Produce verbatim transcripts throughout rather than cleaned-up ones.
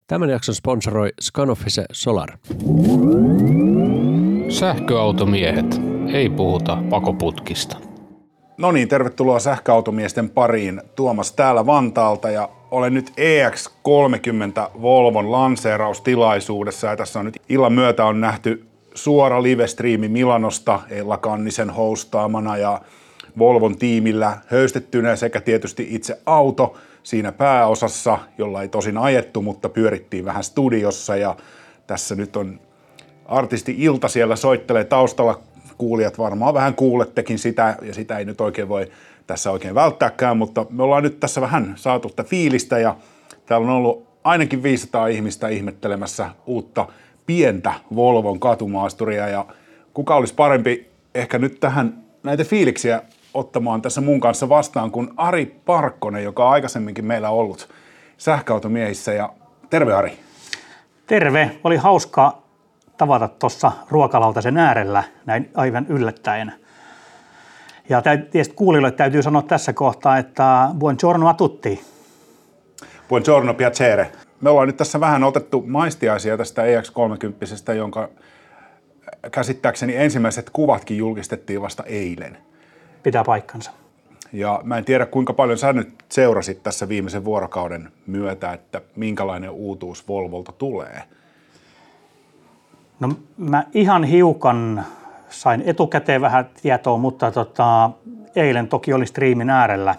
Tämän jakson sponsoroi Scanoffice Solar. Sähköautomiehet. Ei puhuta pakoputkista. No niin, tervetuloa sähköautomiesten pariin. Tuomas täällä Vantaalta ja olen nyt E X kolmekymmentä Volvon lanseeraustilaisuudessa. Ja tässä on nyt illan myötä on nähty suora live-striimi Milanosta Ella Kannisen hostaamana ja Volvon tiimillä höystettynä sekä tietysti itse auto siinä pääosassa, jolla ei tosin ajettu, mutta pyörittiin vähän studiossa ja tässä nyt on artisti Ilta siellä soittelee taustalla. Kuulijat varmaan vähän kuulettekin sitä ja sitä ei nyt oikein voi tässä oikein välttääkään, mutta me ollaan nyt tässä vähän saatu tätä fiilistä ja täällä on ollut ainakin viisisataa ihmistä ihmettelemässä uutta pientä Volvon katumaasturia ja kuka olisi parempi ehkä nyt tähän näitä fiiliksiä ottamaan tässä mun kanssa vastaan kuin Ari Parkkonen, joka on aikaisemminkin meillä ollut sähköautomiehissä ja terve Ari. Terve, oli hauska tavata tuossa ruokalautasen äärellä näin aivan yllättäen. Ja tietysti kuulijoille täytyy sanoa tässä kohtaa, että buongiorno a tutti. Buongiorno piacere. Me ollaan nyt tässä vähän otettu maistiaisia tästä E X kolmekymmentä, jonka käsittääkseni ensimmäiset kuvatkin julkistettiin vasta eilen. Pitää paikkansa. Ja mä en tiedä kuinka paljon sä nyt seurasit tässä viimeisen vuorokauden myötä, että minkälainen uutuus Volvolta tulee. No mä ihan hiukan sain etukäteen vähän tietoa, mutta tota, eilen toki oli striimin äärellä.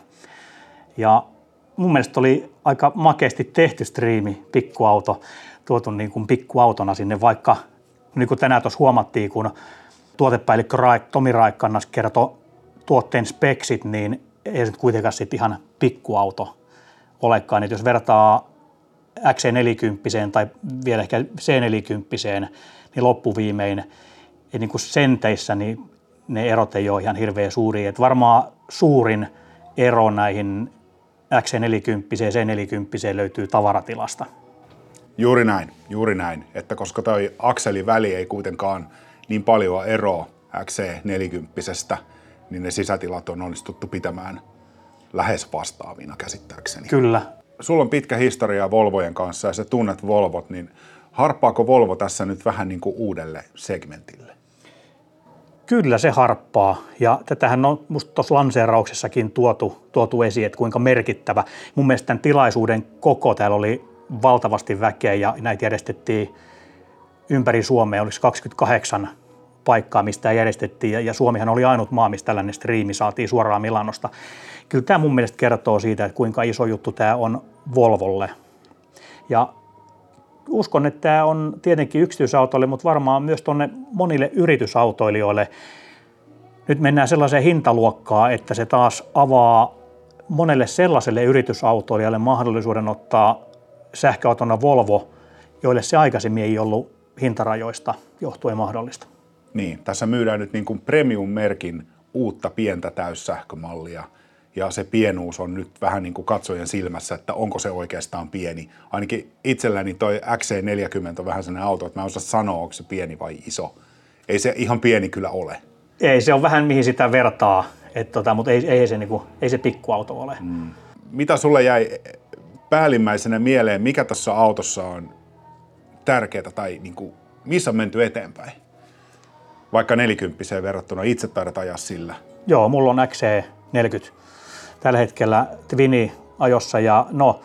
Ja mun mielestä oli aika makeasti tehty striimi, pikkuauto, tuotu niin kuin pikkuautona sinne, vaikka niin kuin tänään tuossa huomattiin, kun tuotepäällikkö Tomi Raikkannas kertoi tuotteen speksit, niin ei se kuitenkaan sitten ihan pikkuauto olekaan. Et jos vertaa X C neljäkymmentä tai vielä ehkä C neljäkymmentä, niin loppuviimein niin kuin senteissä niin ne erot ei ole ihan hirveän suuria. Et varmaan suurin ero näihin X C neljäkymmentä ja C neljäkymmentä löytyy tavaratilasta. Juuri näin, juuri näin. Että koska toi akseliväli ei kuitenkaan niin paljon eroa X C neljäkymmentä, niin ne sisätilat on onnistuttu pitämään lähes vastaavina käsittääkseni. Kyllä. Sulla on pitkä historia Volvojen kanssa ja sä tunnet Volvot, niin harppaako Volvo tässä nyt vähän niin kuin uudelle segmentille? Kyllä se harppaa ja tätähän on musta tuossa lanseerauksessakin tuotu, tuotu esiin, että kuinka merkittävä. Mun mielestä tämän tilaisuuden koko täällä oli valtavasti väkeä ja näitä järjestettiin ympäri Suomea, oliko kaksikymmentäkahdeksan paikkaa, mistä järjestettiin ja Suomihan oli ainut maa, missä tällainen striimi saatiin suoraan Milanosta. Kyllä tämä mun mielestä kertoo siitä, että kuinka iso juttu tämä on Volvolle. Ja uskon, että tämä on tietenkin yksityisautoille, mutta varmaan myös tuonne monille yritysautoilijoille. Nyt mennään sellaiseen hintaluokkaan, että se taas avaa monelle sellaiselle yritysautoilijalle mahdollisuuden ottaa sähköautona Volvo, joille se aikaisemmin ei ollut hintarajoista johtuen mahdollista. Niin, tässä myydään nyt niin kuin premium-merkin uutta pientä täyssähkömallia. Ja se pienuus on nyt vähän niin kuin katsojen silmässä, että onko se oikeastaan pieni. Ainakin itselläni toi X C neljäkymmentä on vähän sellainen auto, että mä en osaa sanoa, onko se pieni vai iso. Ei se ihan pieni kyllä ole. Ei, se on vähän mihin sitä vertaa, että tota, mutta ei, ei, se, niin kuin, ei se pikkuauto ole. Mm. Mitä sulle jäi päällimmäisenä mieleen, mikä tässä autossa on tärkeää tai niin kuin, missä on menty eteenpäin? Vaikka neljäkymppiseen verrattuna itse taidat ajaa sillä. Joo, mulla on X C neljäkymmentä tällä hetkellä Twini ajossa ja no,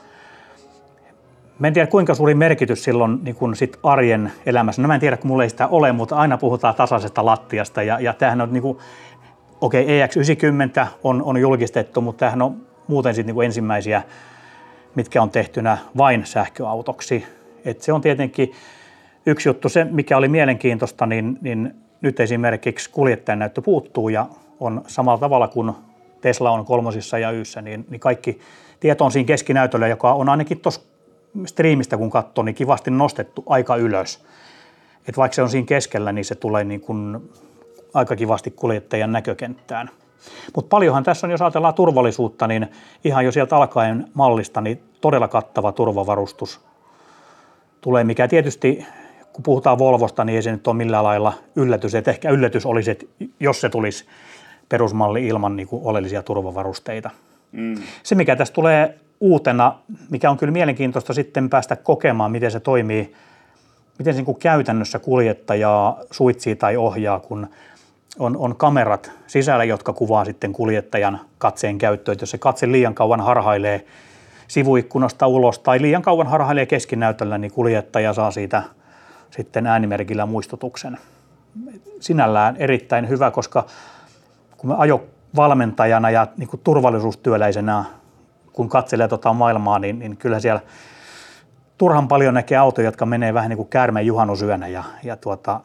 mä en tiedä kuinka suuri merkitys silloin niin kun sit arjen elämässä. No mä en tiedä, kun mulla ei sitä ole, mutta aina puhutaan tasaisesta lattiasta ja, ja tämähän on niin kuin, okei, okay, E X yhdeksänkymmentä on, on julkistettu, mutta tämähän on muuten sit niin kuin ensimmäisiä, mitkä on tehtynä vain sähköautoksi. Et se on tietenkin yksi juttu, se mikä oli mielenkiintoista, niin, niin nyt esimerkiksi kuljettajan näyttö puuttuu ja on samalla tavalla kuin Tesla on kolmosissa ja yssä, niin, niin kaikki tieto on siinä keskinäytöllä, joka on ainakin tuossa striimistä kun katsoo, niin kivasti nostettu aika ylös. Et vaikka se on siinä keskellä, niin se tulee niin kuin aika kivasti kuljettajan näkökenttään. Mutta paljonhan tässä on, jos ajatellaan turvallisuutta, niin ihan jo sieltä alkaen mallista, niin todella kattava turvavarustus tulee, mikä tietysti, kun puhutaan Volvosta, niin ei se nyt ole millään lailla yllätys. Et ehkä yllätys olisi, että jos se tulisi perusmalli ilman niin kuin oleellisia turvavarusteita. Mm. Se, mikä tässä tulee uutena, mikä on kyllä mielenkiintoista sitten päästä kokemaan, miten se toimii, miten se niin kuin käytännössä kuljettajaa suitsii tai ohjaa, kun on, on kamerat sisällä, jotka kuvaa sitten kuljettajan katseen käyttöä. Jos se katse liian kauan harhailee sivuikkunasta ulos tai liian kauan harhailee keskinäytöllä, niin kuljettaja saa siitä sitten äänimerkillä muistutuksen. Sinällään erittäin hyvä, koska kun me ajovalmentajana ja niin kuin turvallisuustyöläisenä, kun katselee tota maailmaa, niin, niin kyllä siellä turhan paljon näkee autoja, jotka menee vähän niin kuin käärmeen juhannusyönä ja, ja tuota,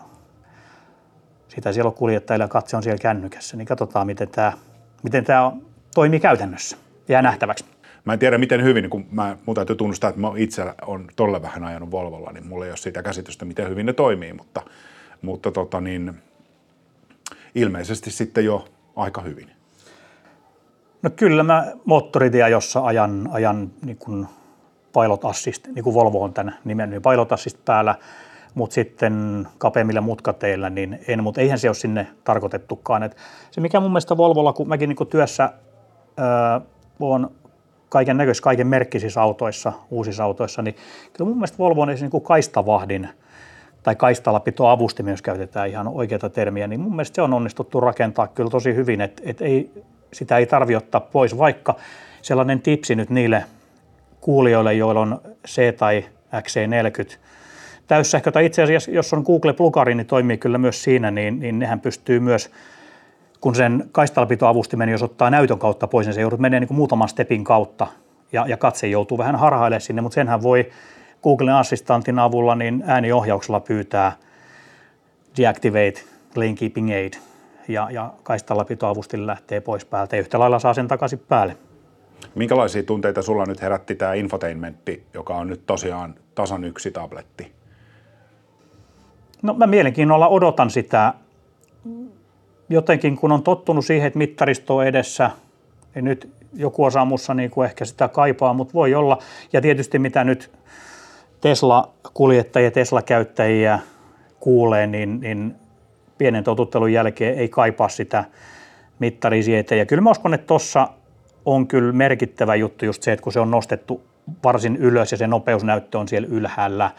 sitä siellä on kuljettajilla ja katse on siellä kännykässä, niin katsotaan, miten tämä, miten tämä toimii käytännössä. Jää nähtäväksi. Mä en tiedä miten hyvin, kun mä, mun täytyy tunnustaa, että mä itse on tolle vähän ajanut Volvolla, niin mulla ei ole siitä käsitystä, miten hyvin ne toimii, mutta, mutta tota niin, ilmeisesti sitten jo aika hyvin. No kyllä mä moottoritieajossa ajan, ajan niin kuin pilot assist, niin kuin Volvo on tämän nimen, niin pilot assist päällä, mutta sitten kapeammilla mutkateillä, niin en, mutta eihän se ole sinne tarkoitettukaan. Et se mikä mun mielestä Volvolla, kun mäkin niin kuin työssä öö, on kaiken näköisissä, kaiken merkkisissä autoissa, uusissa autoissa, niin kyllä mun mielestä Volvo on niin kuin kaistavahdin tai kaistalapitoavustimia, jos käytetään ihan oikeata termiä, niin mun mielestä se on onnistuttu rakentaa kyllä tosi hyvin, että et ei, sitä ei tarvitse ottaa pois, vaikka sellainen tipsi nyt niille kuulijoille, joilla on C tai X C neljäkymmentä täyssähkö, tai itse asiassa jos on Google-plugari, niin toimii kyllä myös siinä, niin, niin nehän pystyy myös, kun sen kaistalapitoavustimen, jos ottaa näytön kautta pois, niin se joudut menee niin kuin muutaman stepin kautta, ja, ja katse joutuu vähän harhailemaan sinne, mutta senhän voi Googlen assistantin avulla niin ääniohjauksella pyytää deactivate lane keeping aid, ja, ja kaistalapitoavustin lähtee pois päältä, ja yhtä lailla saa sen takaisin päälle. Minkälaisia tunteita sulla nyt herätti tämä infotainmentti, joka on nyt tosiaan tasan yksi tabletti? No mä mielenkiinnolla odotan sitä. Jotenkin kun on tottunut siihen, että mittaristo on edessä, niin nyt joku osa mussa niin kuin ehkä sitä kaipaa, mutta voi olla. Ja tietysti mitä nyt Tesla-kuljettajia, Tesla-käyttäjiä kuulee, niin, niin pienen totuttelun jälkeen ei kaipaa sitä mittaria eteen. Ja kyllä mä uskon, että tuossa on kyllä merkittävä juttu just se, että kun se on nostettu varsin ylös ja se nopeusnäyttö on siellä ylhäällä,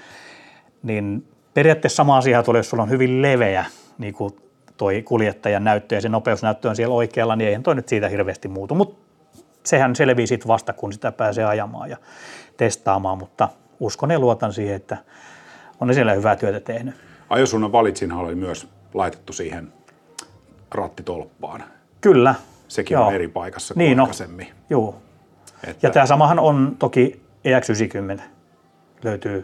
niin periaatteessa sama asia tulee, jos sulla on hyvin leveä niin kuin toi kuljettajan näyttö ja se nopeusnäyttö on siellä oikealla, niin eihän toi nyt siitä hirveästi muutu, mutta sehän selvii sitten vasta, kun sitä pääsee ajamaan ja testaamaan, mutta uskon ja luotan siihen, että on ne siellä hyvää työtä tehnyt. Ajosuunnan valitsinhan oli myös laitettu siihen rattitolppaan. Kyllä. Sekin Joo. on eri paikassa kuin niin, aikaisemmin. No, joo. Että Ja tämä samahan on toki E X yhdeksänkymmentä, löytyy,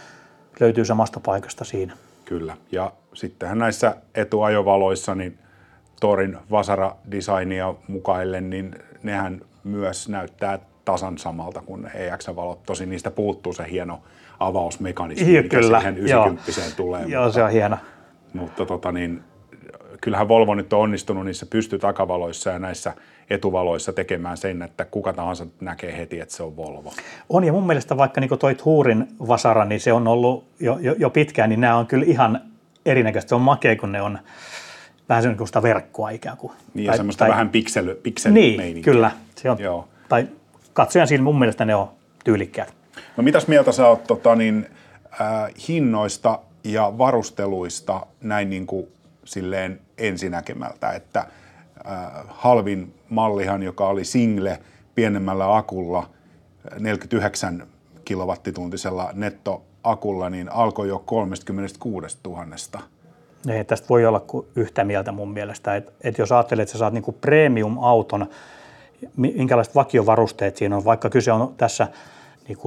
löytyy samasta paikasta siinä. Kyllä. Ja sittenhän näissä etuajovaloissa, niin Thorin Vasara-designia mukaillen, niin nehän myös näyttää tasan samalta kuin E X-valot. Tosin niistä puuttuu se hieno avausmekanismi, Joo, mikä kyllä. siihen yhdeksänkymmenteen tulee. Joo, mutta, se on hieno. Mutta tota niin, kyllähän Volvo nyt on onnistunut niissä pystytakavaloissa ja näissä etuvaloissa tekemään sen, että kuka tahansa näkee heti, että se on Volvo. On, ja mun mielestä vaikka niin toi Tourin Vasara, niin se on ollut jo, jo, jo pitkään, niin nämä on kyllä ihan erinäköistä. Se on makea, kun ne on vähän semmoista kuin sitä verkkoa ikään kuin. Niin, ja tai, semmoista tai, vähän piksel, piksel Niin, kyllä. Se on, Joo. tai katsojan siinä mun mielestä ne on tyylikkäät. No mitäs mieltä sä oot tota, niin, äh, hinnoista ja varusteluista näin niin kuin silleen ensinäkemältä, että äh, halvin mallihan, joka oli single pienemmällä akulla, neljäkymmentäyhdeksän kilowattituntisella nettoakulla, niin alkoi jo kolmekymmentäkuusituhatta. Ei, tästä voi olla kuin yhtä mieltä mun mielestä, että et jos ajattelet, että sä saat niinku premium-auton, minkälaiset vakiovarusteet siinä on, vaikka kyse on tässä niinku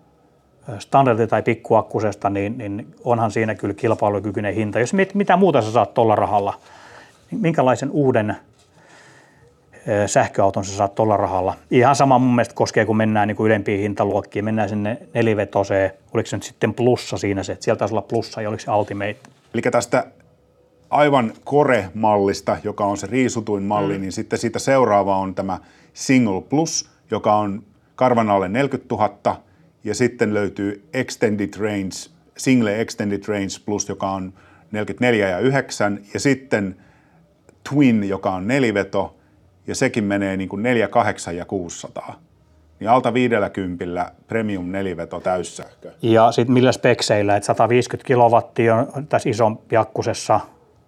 standardi- tai pikkuakkusesta, niin, niin onhan siinä kyllä kilpailukykyinen hinta. Jos mit, mitä muuta sä saat tuolla rahalla, niin minkälaisen uuden sähköauton sä saat tuolla rahalla. Ihan sama mun mielestä koskee, kun mennään niin kuin ylempiin hintaluokkiin, mennään sinne nelivetoseen, oliko se nyt sitten plussa siinä se, että sieltä taisi olla plussa ja oliko se Ultimate. Eli tästä aivan Core-mallista, joka on se riisutuin malli, mm. niin sitten siitä seuraava on tämä Single Plus, joka on karvan alle neljäkymmentätuhatta, ja sitten löytyy Extended Range, Single Extended Range Plus, joka on neljäkymmentäneljä ja yhdeksän, ja sitten Twin, joka on neliveto, ja sekin menee niin kuin neljä, kahdeksan ja kuusisataa. niin alta viidelläkympillä premium neliveto täyssähkö. Ja sitten millä spekseillä, että sata viisikymmentä kilowattia on tässä isompi akkusessa,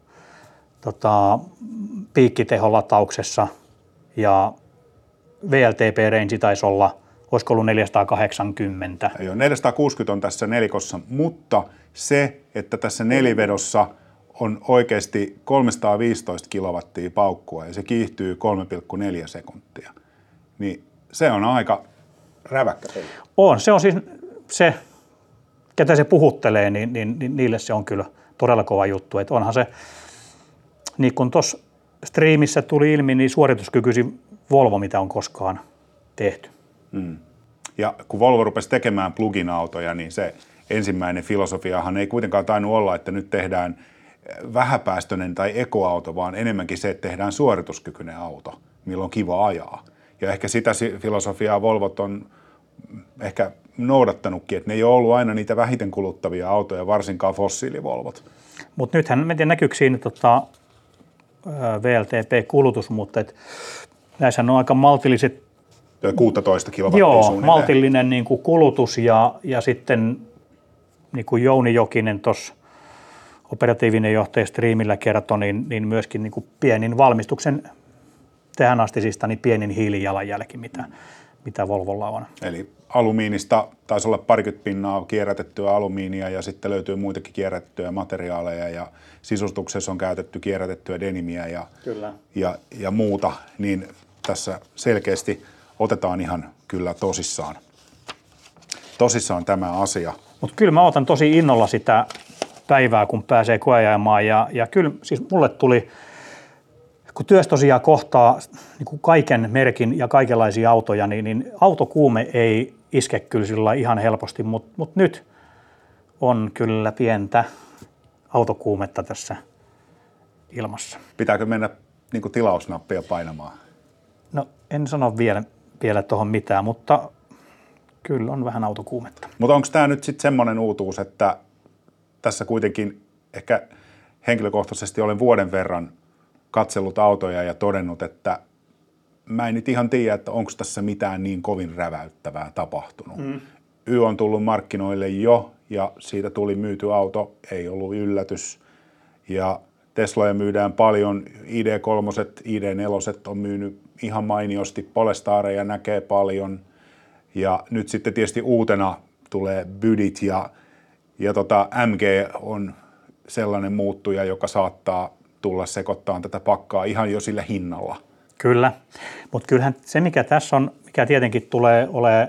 tota, piikkiteholatauksessa ja V L T P-range taisi olla, olisiko ollut neljäsataakahdeksankymmentä. Joo, neljäsataakuusikymmentä on tässä nelikossa, mutta se, että tässä nelivedossa on oikeasti kolmesataaviisitoista kilowattia paukkua ja se kiihtyy kolme pilkku neljä sekuntia, niin se on aika räväkkä peli. On, se on siis se, ketä se puhuttelee, niin, niin, niin niille se on kyllä todella kova juttu. Että onhan se, niin kun tuossa striimissä tuli ilmi, niin suorituskykyisin Volvo, mitä on koskaan tehty. Mm. Ja kun Volvo rupesi tekemään plug-in-autoja, niin se ensimmäinen filosofiahan ei kuitenkaan tainnut olla, että nyt tehdään vähäpäästöinen tai ekoauto, vaan enemmänkin se, että tehdään suorituskykyinen auto, millä on kiva ajaa. Ja ehkä sitä filosofiaa Volvot on ehkä noudattanutkin, että ne ei ole ollut aina niitä vähiten kuluttavia autoja, varsinkaan fossiilivolvot. Mutta nythän, en tiedä näkyykö siinä tota, V L T P-kulutus, mutta et, näissä on aika maltilliset. kuusitoista kilowattia Joo, suunnilleen. maltillinen niin kuin kulutus ja, ja sitten niin kuin Jouni Jokinen tuossa operatiivinen johtaja striimillä kertoi, niin, niin myöskin niin kuin pienin valmistuksen tähän astisista niin pienin hiilijalanjälki, mitä, mitä Volvolla on. Eli alumiinista taisi olla parikymmentä pinnaa kierrätettyä alumiinia ja sitten löytyy muitakin kierrätettyjä materiaaleja ja sisustuksessa on käytetty kierrätettyä denimiä ja, Kyllä. ja, ja muuta, niin tässä selkeästi otetaan ihan kyllä tosissaan, tosissaan tämä asia. Mutta kyllä mä otan tosi innolla sitä päivää, kun pääsee koeajamaan ja, ja kyllä siis mulle tuli, kun työssä tosiaan kohtaa niin kuin kaiken merkin ja kaikenlaisia autoja, niin, niin autokuume ei iske kyllä sillä ihan helposti, mutta mut nyt on kyllä pientä autokuumetta tässä ilmassa. Pitääkö mennä niin kuin tilausnappia painamaan? No en sano vielä, vielä tuohon mitään, mutta kyllä on vähän autokuumetta. Mutta onko tämä nyt sitten semmoinen uutuus, että tässä kuitenkin ehkä henkilökohtaisesti olen vuoden verran katsellut autoja ja todennut, että mä en nyt ihan tiedä, että onko tässä mitään niin kovin räväyttävää tapahtunut. Mm. Y on tullut markkinoille jo ja siitä tuli myyty auto, ei ollut yllätys. Ja Tesloja myydään paljon, I D kolme, I D neljä on myynyt ihan mainiosti, Polestareja näkee paljon. Ja nyt sitten tietysti uutena tulee Bydit ja, ja tota M G on sellainen muuttuja, joka saattaa tulla sekoittamaan tätä pakkaa ihan jo sillä hinnalla. Kyllä, mutta kyllähän se mikä tässä on, mikä tietenkin tulee olemaan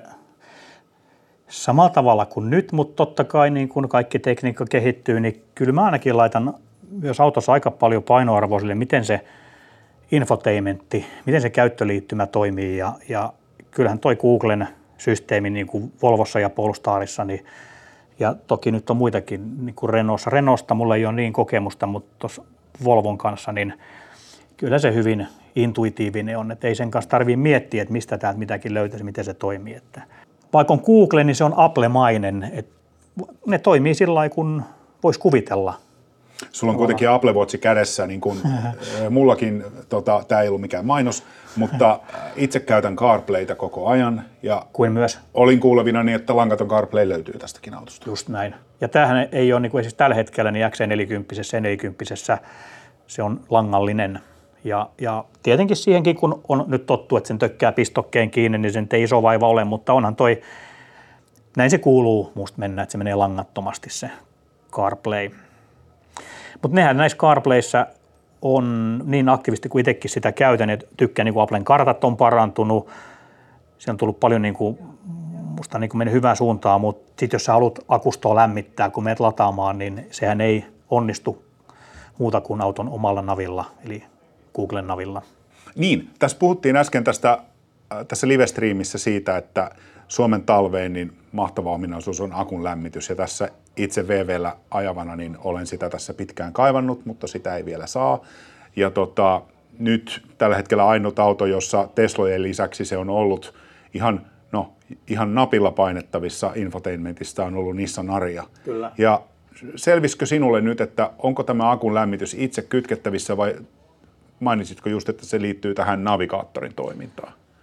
samalla tavalla kuin nyt, mutta totta kai niin kun kaikki tekniikka kehittyy, niin kyllä mä ainakin laitan myös autossa aika paljon painoarvoa sille, miten se infotainmentti, miten se käyttöliittymä toimii ja, ja kyllähän toi Googlen systeemi niin kuin Volvossa ja Polestarissa, niin, ja toki nyt on muitakin niin kuin Renaultssa. Renaultsta mulla ei ole niin kokemusta, mutta tuossa Volvon kanssa, niin kyllä se hyvin intuitiivinen on, että ei sen kanssa tarvitse miettiä, että mistä täältä mitäkin löytäisi, miten se toimii. Että vaikka on Google, niin se on Apple-mainen, että ne toimii sillä lailla, kun voisi kuvitella. Sulla on kuitenkin Apple Watch kädessä, niin kuin mullakin, tota, tämä ei ollut mikään mainos, mutta itse käytän CarPlayta koko ajan. Ja kuin myös. Olin kuulevina niin, että langaton CarPlay löytyy tästäkin autosta. Just näin. Ja tämähän ei ole niin kuin siis tällä hetkellä niin X C neljäkymmentä, neljäkymmentä, se on langallinen. Ja, ja tietenkin siihenkin, kun on nyt tottu, että sen tökkää pistokkeen kiinni, niin sen ei iso vaiva ole, mutta onhan toi, näin se kuuluu musta mennä, että se menee langattomasti se CarPlay. Mutta nehän näissä CarPlayissa on niin aktiivisesti kuin itsekin sitä käytän, että tykkään, niin kuin Applen kartat on parantunut, se on tullut paljon niin kuin, musta niin kuin mennyt hyvään suuntaan, mutta sitten jos sä haluat akustoa lämmittää, kun menet lataamaan, niin sehän ei onnistu muuta kuin auton omalla navilla, eli Googlen navilla. Niin, tässä puhuttiin äsken tästä, tässä live-striimissä siitä, että Suomen talveen niin mahtava ominaisuus on akun lämmitys, ja tässä itse V V:llä ajavana niin olen sitä tässä pitkään kaivannut, mutta sitä ei vielä saa. Ja tota, nyt tällä hetkellä ainut auto, jossa Teslojen lisäksi se on ollut ihan, no, ihan napilla painettavissa infotainmentista, on ollut Nissan Ariya. Kyllä. Ja selvisikö sinulle nyt, että onko tämä akun lämmitys itse kytkettävissä vai mainitsitko just, että se liittyy tähän navigaattorin toimintaan?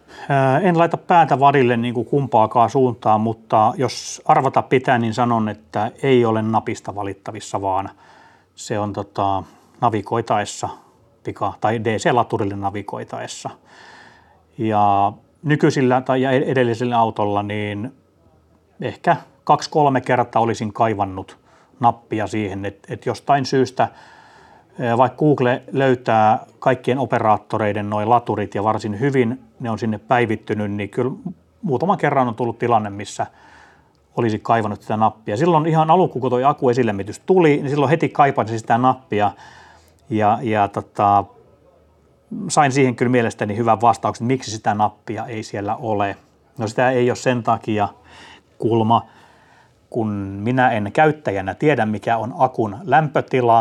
En laita päätä vadille niin kuin kumpaakaan suuntaan, mutta jos arvata pitää, niin sanon, että ei ole napista valittavissa, vaan se on tota, navigoitaessa, pika, tai D C-laturille navigoitaessa. Ja nykyisillä tai edellisellä autolla niin ehkä kaksi-kolme kertaa olisin kaivannut nappia siihen, että, että jostain syystä, vaikka Google löytää kaikkien operaattoreiden noin laturit ja varsin hyvin ne on sinne päivittynyt, niin kyllä muutaman kerran on tullut tilanne, missä olisi kaivannut sitä nappia. Silloin ihan aluksi, kun tuo akkuesilämmitys tuli, niin silloin heti kaipasin sitä nappia ja, ja tota, sain siihen kyllä mielestäni hyvän vastauksen, että miksi sitä nappia ei siellä ole. No sitä ei ole sen takia, kulma, kun minä en käyttäjänä tiedä, mikä on akun lämpötila,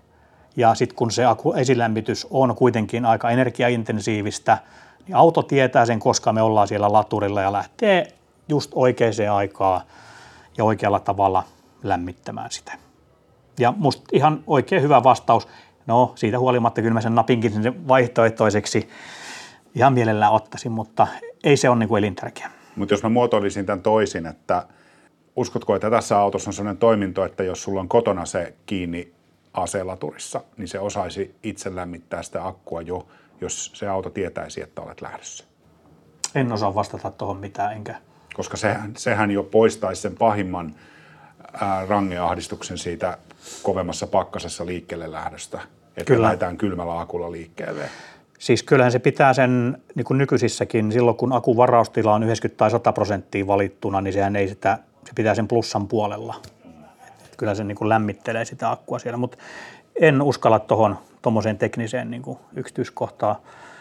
ja sitten kun se esilämmitys on kuitenkin aika energiaintensiivistä, niin auto tietää sen, koska me ollaan siellä laturilla ja lähtee just oikeaan aikaan ja oikealla tavalla lämmittämään sitä. Ja musta ihan oikein hyvä vastaus. No siitä huolimatta kyllä mä sen napinkin sinne vaihtoehtoiseksi ihan mielellään ottaisin, mutta ei se ole niin kuin elintärkeä. Mutta jos mä muotoilisin tämän toisin, että uskotko, että tässä autossa on sellainen toiminto, että jos sulla on kotona se kiinni A C-laturissa, niin se osaisi itse lämmittää sitä akkua jo, jos se auto tietäisi, että olet lähdössä? En osaa vastata tuohon mitään, enkä. Koska sehän, sehän jo poistaisi sen pahimman ää, rangeahdistuksen siitä kovemmassa pakkasessa liikkeelle lähdöstä, että Kyllä. lähdetään kylmällä akulla liikkeelle. Siis kyllähän se pitää sen, niin kuin nykyisissäkin, silloin kun akun varaustila on yhdeksänkymmentä tai sata prosenttia valittuna, niin sehän ei sitä, se pitää sen plussan puolella. Et kyllä se niin kuin lämmittelee sitä akkua siellä, mutta en uskalla tuohon tuommoiseen tekniseen niin kuin yksityiskohtaan.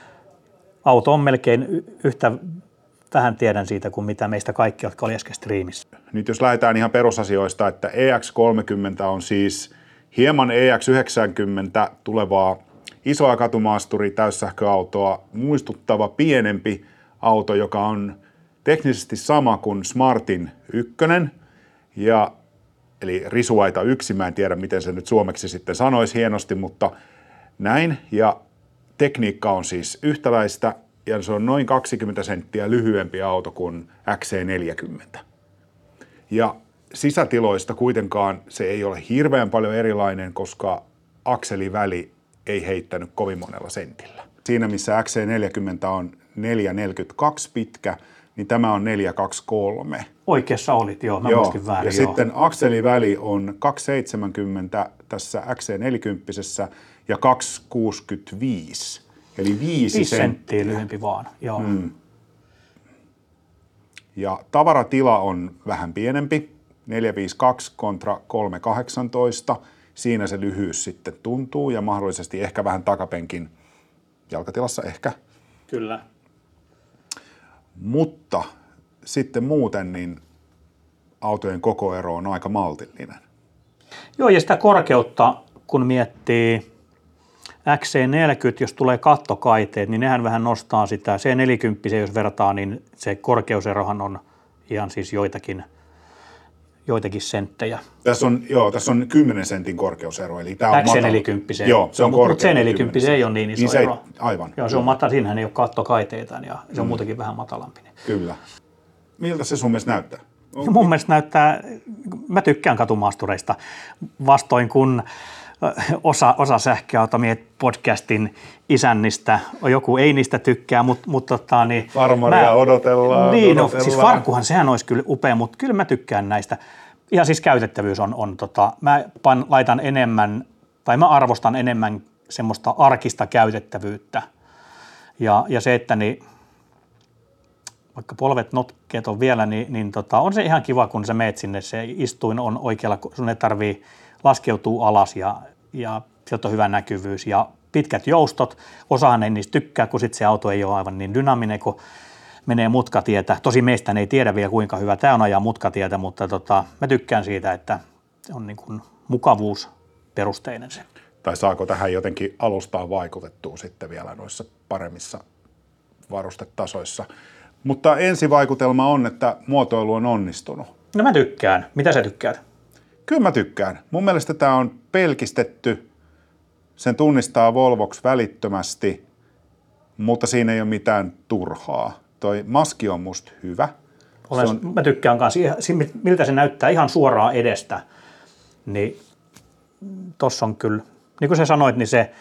Auto on melkein yhtä vähän tiedän siitä kuin mitä meistä kaikki, jotka oli äsken striimissä. Nyt jos lähdetään ihan perusasioista, että E X kolmekymmentä on siis hieman E X yhdeksänkymmentä tulevaa isoa katumaasturi täyssähköautoa muistuttava pienempi auto, joka on teknisesti sama kuin Smartin ykkönen, ja, eli Risuaita yksi, mä en tiedä miten se nyt suomeksi sitten sanoisi hienosti, mutta näin, ja tekniikka on siis yhtäläistä, ja se on noin kaksikymmentä senttiä lyhyempi auto kuin X C neljäkymmentä. Ja sisätiloista kuitenkaan se ei ole hirveän paljon erilainen, koska akseliväli ei heittänyt kovin monella sentillä. Siinä missä X C neljäkymmentä on neljä pilkku neljäkymmentäkaksi pitkä, niin tämä on neljä pilkku kaksikymmentäkolme. Oikeassa olit, joo, mä joo. muistin väärin. Ja joo. Sitten akseliväli on kaksi pilkku seitsemänkymmentä tässä X C neljäkymmentä ja kaksi pilkku kuusikymmentäviisi. Eli viisi senttiä lyhyempi vaan, joo. Mm. Ja tavaratila on vähän pienempi, neljä pilkku viisikymmentäkaksi kontra kolme pilkku kahdeksantoista. Siinä se lyhyys sitten tuntuu ja mahdollisesti ehkä vähän takapenkin jalkatilassa ehkä. Kyllä. Mutta sitten muuten niin autojen kokoero on aika maltillinen. Joo, ja sitä korkeutta, kun miettii X C neljäkymmentä, jos tulee kattokaiteet, niin nehän vähän nostaa sitä. C neljäkymmentä, jos vertaa, niin se korkeuserohan on ihan siis joitakin, joitakin senttejä. Tässä on, joo, tässä on kymmenen sentin korkeusero. Eli tämä on X C neljäkymmentä. Joo, se on korkea. Mutta C neljäkymmentä ei ole niin iso niin se, ero. Aivan. Joo, se on matala, siinähän ei ole kattokaiteita ja se on mm. muutenkin vähän matalampi. Kyllä. Miltä se sun mielestä näyttää? On... Mun mielestä näyttää, mä tykkään katumaastureista vastoin kun osa, osa sähköautomiehet podcastin isännistä, joku ei niistä tykkää, mutta mut, tota, niin Farmaria mä, odotellaan. Niin, odotellaan. No, siis farkkuhan sehän olisi kyllä upea, mutta kyllä mä tykkään näistä. Ja siis käytettävyys on, on tota, mä pan, laitan enemmän, tai mä arvostan enemmän semmoista arkista käytettävyyttä. Ja, ja se, että niin, vaikka polvet notkeet on vielä, niin, niin tota, on se ihan kiva, kun sä meet sinne, se istuin on oikealla, sun ei tarvii laskeutua alas ja, ja sieltä on hyvä näkyvyys ja pitkät joustot. Osahan ei niistä tykkää, kun sit se auto ei ole aivan niin dynaaminen, kun menee mutkatietä. Tosi meistä ei tiedä vielä, kuinka hyvä tämä on ajaa mutkatietä, mutta tota, mä tykkään siitä, että se on niin kuin mukavuusperusteinen se. Tai saako tähän jotenkin alustaan vaikutettua sitten vielä noissa paremmissa varustetasoissa. Mutta ensivaikutelma on, että muotoilu on onnistunut. No mä tykkään. Mitä sä tykkäät? Kyllä mä tykkään. Mun mielestä tämä on pelkistetty. Sen tunnistaa Volvoksi välittömästi, mutta siinä ei ole mitään turhaa. toi maski on musta hyvä. Olen, se on, mä tykkään kanssa, miltä se näyttää ihan suoraan edestä, niin tossa on kyllä, niin kuin sä sanoit, niin se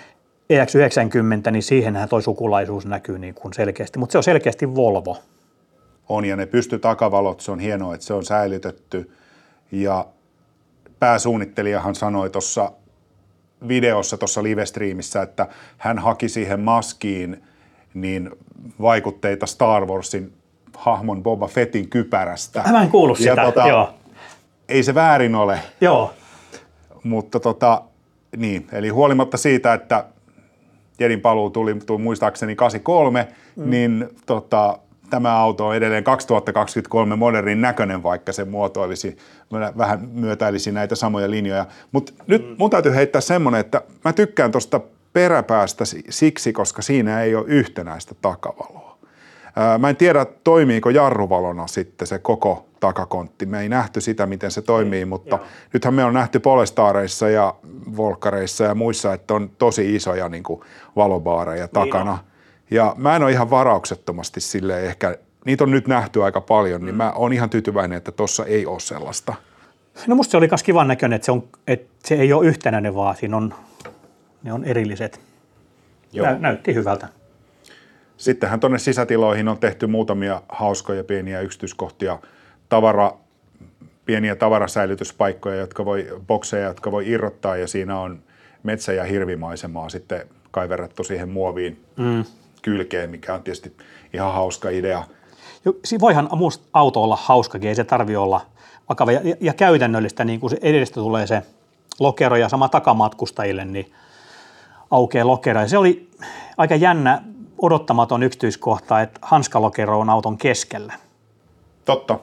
E X yhdeksänkymmentä, niin siihenhän toi sukulaisuus näkyy niin kuin selkeästi, mutta se on selkeästi Volvo. On, ja ne pystytakavalot, se on hienoa, että se on säilytetty. Ja pääsuunnittelijahan sanoi tuossa videossa, tuossa live-striimissä, että hän haki siihen maskiin niin vaikutteita Star Warsin hahmon Boba Fettin kypärästä. Mä en kuullut sitä, tota, joo. Ei se väärin ole. Joo. Mutta tota, niin, eli huolimatta siitä, että Jedin paluu tuli, tuli muistaakseni kahdeksankymmentäkolme, mm. niin tota, tämä auto on edelleen kaksituhattakaksikymmentäkolme modernin näköinen, vaikka se muotoilisi, vähän myötäilisi näitä samoja linjoja. Mutta mm. nyt mun täytyy heittää semmoinen, että mä tykkään tuosta peräpäästä siksi, koska siinä ei ole yhtenäistä takavaloa. Ää, mä en tiedä, toimiiko jarruvalona sitten se koko takakontti. Me ei nähty sitä, miten se toimii, mutta Joo. nythän me on nähty Polestareissa ja Volkkareissa ja muissa, että on tosi isoja niin kuin valobaareja takana. Niin ja mä en ole ihan varauksettomasti silleen ehkä, niitä on nyt nähty aika paljon, mm. niin mä oon ihan tyytyväinen, että tossa ei ole sellaista. No musta se oli myös kivan näköinen, että se, on, että se ei ole yhtenäinen, vaan siinä on, ne on erilliset. Nä, näytti hyvältä. Sittenhän tuonne sisätiloihin on tehty muutamia hauskoja pieniä yksityiskohtia, tavara, pieniä tavarasäilytyspaikkoja, jotka voi, bokseja, jotka voi irrottaa, ja siinä on metsä- ja hirvimaisemaa sitten kaiverrettu siihen muoviin mm. kylkeen, mikä on tietysti ihan hauska idea. Siinä voihan musta auto olla hauskakin, ei se tarvitse olla vakava. Ja, ja käytännöllistä, niin kun se edestä tulee se lokero ja sama takamatkustajille, niin aukeaa lokero. Ja se oli aika jännä, odottamaton yksityiskohta, että hanskalokero on auton keskellä. Totta.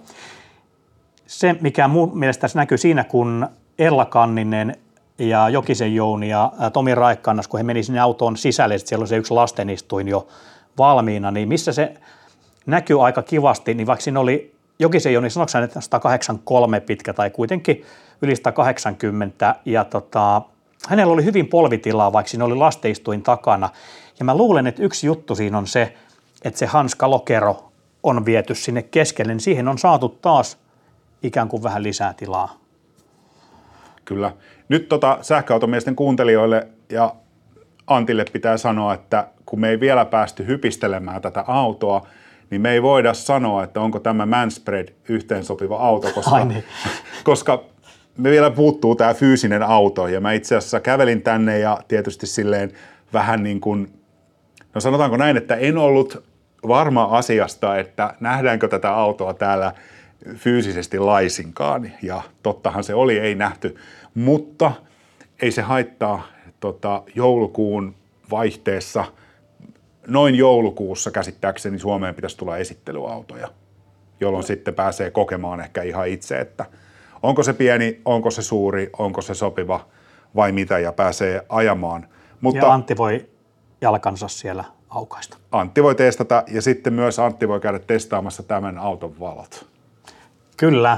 Se, mikä mun mielestä tässä näkyy siinä, kun Ella Kanninen ja Jokisen Jouni ja Tomi Raikkannas, kun he meni sinne autoon sisälle, että siellä on se yksi lastenistuin jo valmiina, niin missä se näkyy aika kivasti, niin vaikka siinä oli Jokisen Jouni, sanoiko hän, että sata kahdeksankymmentäkolme pitkä tai kuitenkin yli sata kahdeksankymmentä, ja tota, hänellä oli hyvin polvitilaa, vaikka siinä oli lasteistuin takana, ja mä luulen, että yksi juttu siinä on se, että se hanskalokero on viety sinne keskelle, niin siihen on saatu taas ikään kuin vähän lisää tilaa. Kyllä. Nyt tota sähköautomiesten kuuntelijoille ja Antille pitää sanoa, että kun me ei vielä päästy hypistelemään tätä autoa, niin me ei voida sanoa, että onko tämä Manspread yhteensopiva auto, koska, niin. koska me vielä puuttuu tämä fyysinen auto, ja mä itse asiassa kävelin tänne ja tietysti silleen vähän niin kuin, no sanotaanko näin, että en ollut varma asiasta, että nähdäänkö tätä autoa täällä fyysisesti laisinkaan, ja tottahan se oli, ei nähty, mutta ei se haittaa tota, joulukuun vaihteessa, noin joulukuussa käsittääkseni Suomeen pitäisi tulla esittelyautoja, jolloin sitten pääsee kokemaan ehkä ihan itse, että onko se pieni, onko se suuri, onko se sopiva vai mitä, ja pääsee ajamaan. Mutta ja Antti voi jalkansa siellä aukaista. Antti voi testata, ja sitten myös Antti voi käydä testaamassa tämän auton valot. Kyllä.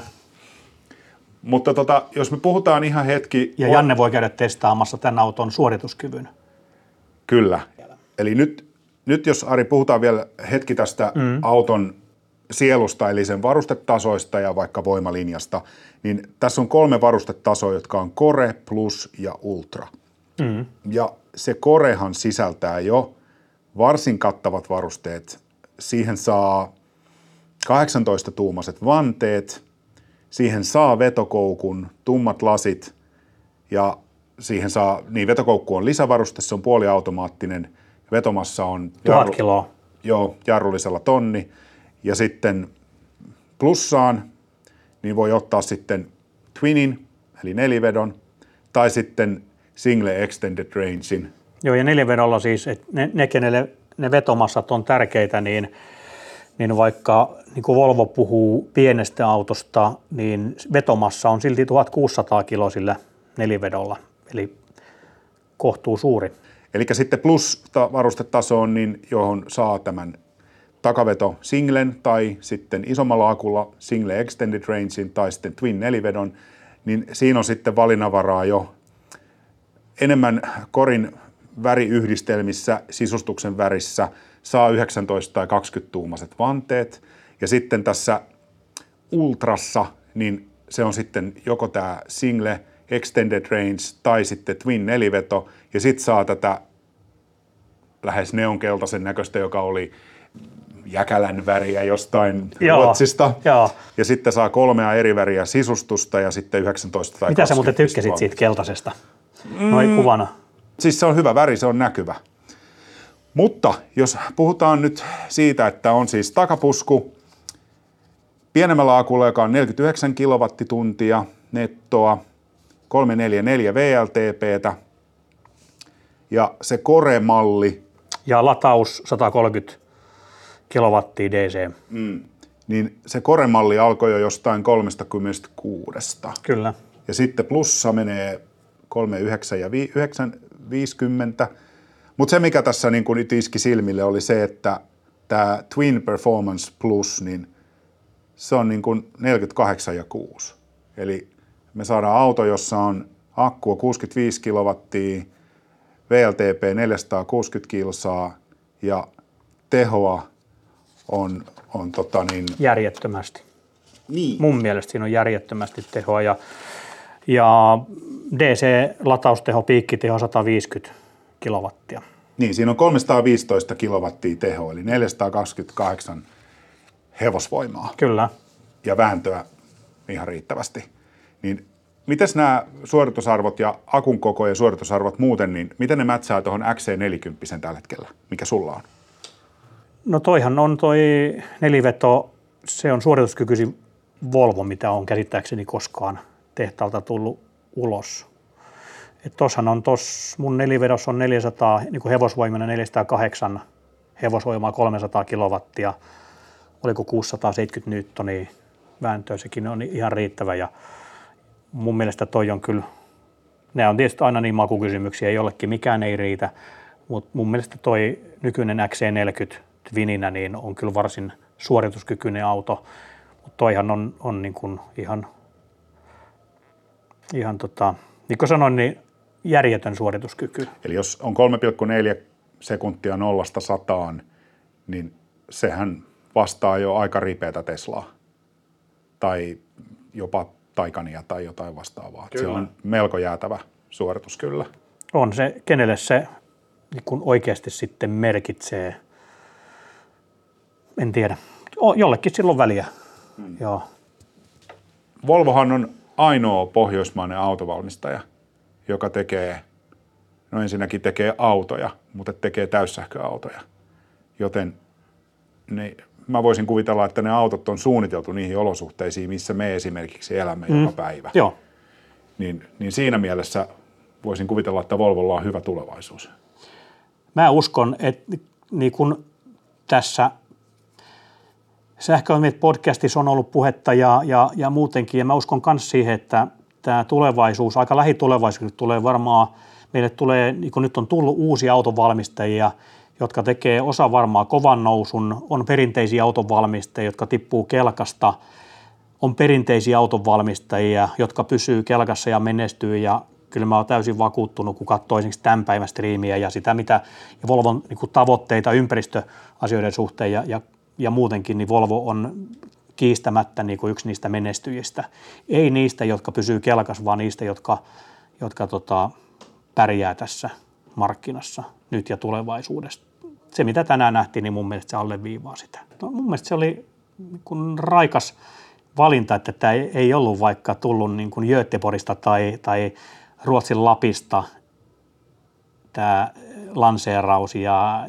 Mutta tota, jos me puhutaan ihan hetki... Ja Janne voi käydä testaamassa tämän auton suorituskyvyn. Kyllä. Eli nyt, nyt jos Ari puhutaan vielä hetki tästä mm. auton sielusta, eli sen varustetasoista ja vaikka voimalinjasta, niin tässä on kolme varustetasoa, jotka on Core, Plus ja Ultra. Mm. Ja se Corehan sisältää jo varsin kattavat varusteet. Siihen saa kahdeksantoista-tuumaiset vanteet, siihen saa vetokoukun, tummat lasit, ja siihen saa, niin vetokoukku on lisävaruste, se on puoliautomaattinen, vetomassa on tuhat kiloa. Joo, jarrullisella tonni, ja sitten plussaan, niin voi ottaa sitten twinin, eli nelivedon, tai sitten single extended rangein. Joo, ja nelivedolla siis, että ne, ne, kenelle ne vetomassat on tärkeitä, niin niin vaikka niin kuin Volvo puhuu pienestä autosta, niin vetomassa on silti tuhatkuusisataa kiloa sillä nelivedolla, eli kohtuu suuri. Eli sitten plus-varustetasoon, niin johon saa tämän takaveto singlen tai sitten isommalla akulla single extended rangein tai sitten twin nelivedon, niin siinä on sitten valinnanvaraa jo enemmän Coren väriyhdistelmissä, sisustuksen värissä, saa yhdeksäntoista tai kaksikymmentä tuumaiset vanteet. Ja sitten tässä Ultrassa, niin se on sitten joko tämä single, extended range tai sitten twin neliveto. Ja sitten saa tätä lähes neonkeltaisen näköistä, joka oli jäkälän väriä jostain Joo, Ruotsista. Joo. Ja sitten saa kolmea eri väriä sisustusta ja sitten yhdeksäntoista tai Mitä sä muuten tykkäsit vanteet. Siitä keltaisesta? Noin mm, kuvana. Siis se on hyvä väri, se on näkyvä. Mutta jos puhutaan nyt siitä, että on siis takapusku pienemmällä akulla, joka on neljäkymmentäyhdeksän kilowattituntia nettoa, kolmesataaneljäkymmentäneljä V L T P:tä ja se Core-malli. Ja lataus sata kolmekymmentä kilowattia D C. Mm, niin se Core-malli alkoi jo jostain kolmekymmentäkuusi. Kyllä. Ja sitten plussa menee kolmekymmentäyhdeksän ja viisikymmentä. Mutta se, mikä tässä niin kun nyt iski silmille, oli se, että tämä Twin Performance Plus, niin se on niin kuin neljäkymmentäkahdeksan ja kuusi. Eli me saadaan auto, jossa on akkua kuusikymmentäviisi kilowattia, V L T P neljäsataakuusikymmentä kilsaa ja tehoa on, on tota niin... järjettömästi. Niin. Mun mielestä siinä on järjettömästi tehoa ja, ja D C-latausteho, piikkiteho sata viisikymmentä kilowattia. Niin, siinä on kolmesataaviisitoista kilowattia tehoa, eli neljäsataakaksikymmentäkahdeksan hevosvoimaa. Kyllä. Ja vääntöä ihan riittävästi. Niin mites nämä suoritusarvot ja akun koko ja suoritusarvot muuten, niin miten ne mätsää tuohon X C neljäkymmentä tällä hetkellä? Mikä sulla on? No toihan on toi neliveto, se on suorituskykyisin Volvo, mitä on käsittääkseni koskaan tehtaalta tullut ulos. Että tossahan on tos, mun nelivedossa on neljäsataa, niin kuin hevosvoimana neljäsataakahdeksan hevosvoimaa, kolmesataa kilowattia, oliko kuusisataaseitsemänkymmentä newtonia vääntöä, sekin on ihan riittävä ja mun mielestä toi on kyllä, nämä on tietysti aina niin makukysymyksiä, jollekin mikään ei riitä, mutta mun mielestä toi nykyinen X C neljäkymmentä Twininä niin on kyllä varsin suorituskykyinen auto, mutta toihan on, on niin kuin ihan, ihan tota, niin kuin sanoin, niin järjetön suorituskyky. Eli jos on kolme pilkku neljä sekuntia nollasta sataan, niin sehän vastaa jo aika ripeätä Teslaa tai jopa Taycania tai jotain vastaavaa. Se on melko jäätävä suoritus kyllä. On se, kenelle se niin kun oikeasti sitten merkitsee, en tiedä, jollekin silloin väliä. Hmm. Joo. Volvohan on ainoa pohjoismainen autovalmistaja, joka tekee, no ensinnäkin tekee autoja, mutta tekee täyssähköautoja. Joten ne, mä voisin kuvitella, että ne autot on suunniteltu niihin olosuhteisiin, missä me esimerkiksi elämme mm. joka päivä. Joo. Niin, niin siinä mielessä voisin kuvitella, että Volvolla on hyvä tulevaisuus. Mä uskon, että niin kun tässä Sähköautomiet podcastissa on ollut puhetta ja, ja, ja muutenkin, ja mä uskon myös siihen, että tämä tulevaisuus, aika lähitulevaisuus tulee varmaan, meille tulee, niin kuin nyt on tullut uusia autonvalmistajia, jotka tekee osa varmaan kovan nousun, on perinteisiä autonvalmistajia, jotka tippuu kelkasta, on perinteisiä autonvalmistajia, jotka pysyy kelkassa ja menestyy, ja kyllä mä oon täysin vakuuttunut, kun katsoo esimerkiksi tämän päivän striimiä ja sitä, mitä ja Volvon niin kuin tavoitteita ympäristöasioiden suhteen ja, ja, ja muutenkin, niin Volvo on kiistämättä niin kuin yksi niistä menestyjistä. Ei niistä, jotka pysyy kelkassa, vaan niistä, jotka, jotka tota, pärjää tässä markkinassa nyt ja tulevaisuudessa. Se, mitä tänään nähtiin, niin mun mielestä se alleviivaa sitä. No, mun mielestä se oli niin kuin raikas valinta, että tämä ei ollut vaikka tullut niin kuin Göteborgista tai, tai Ruotsin Lapista tämä lanseeraus ja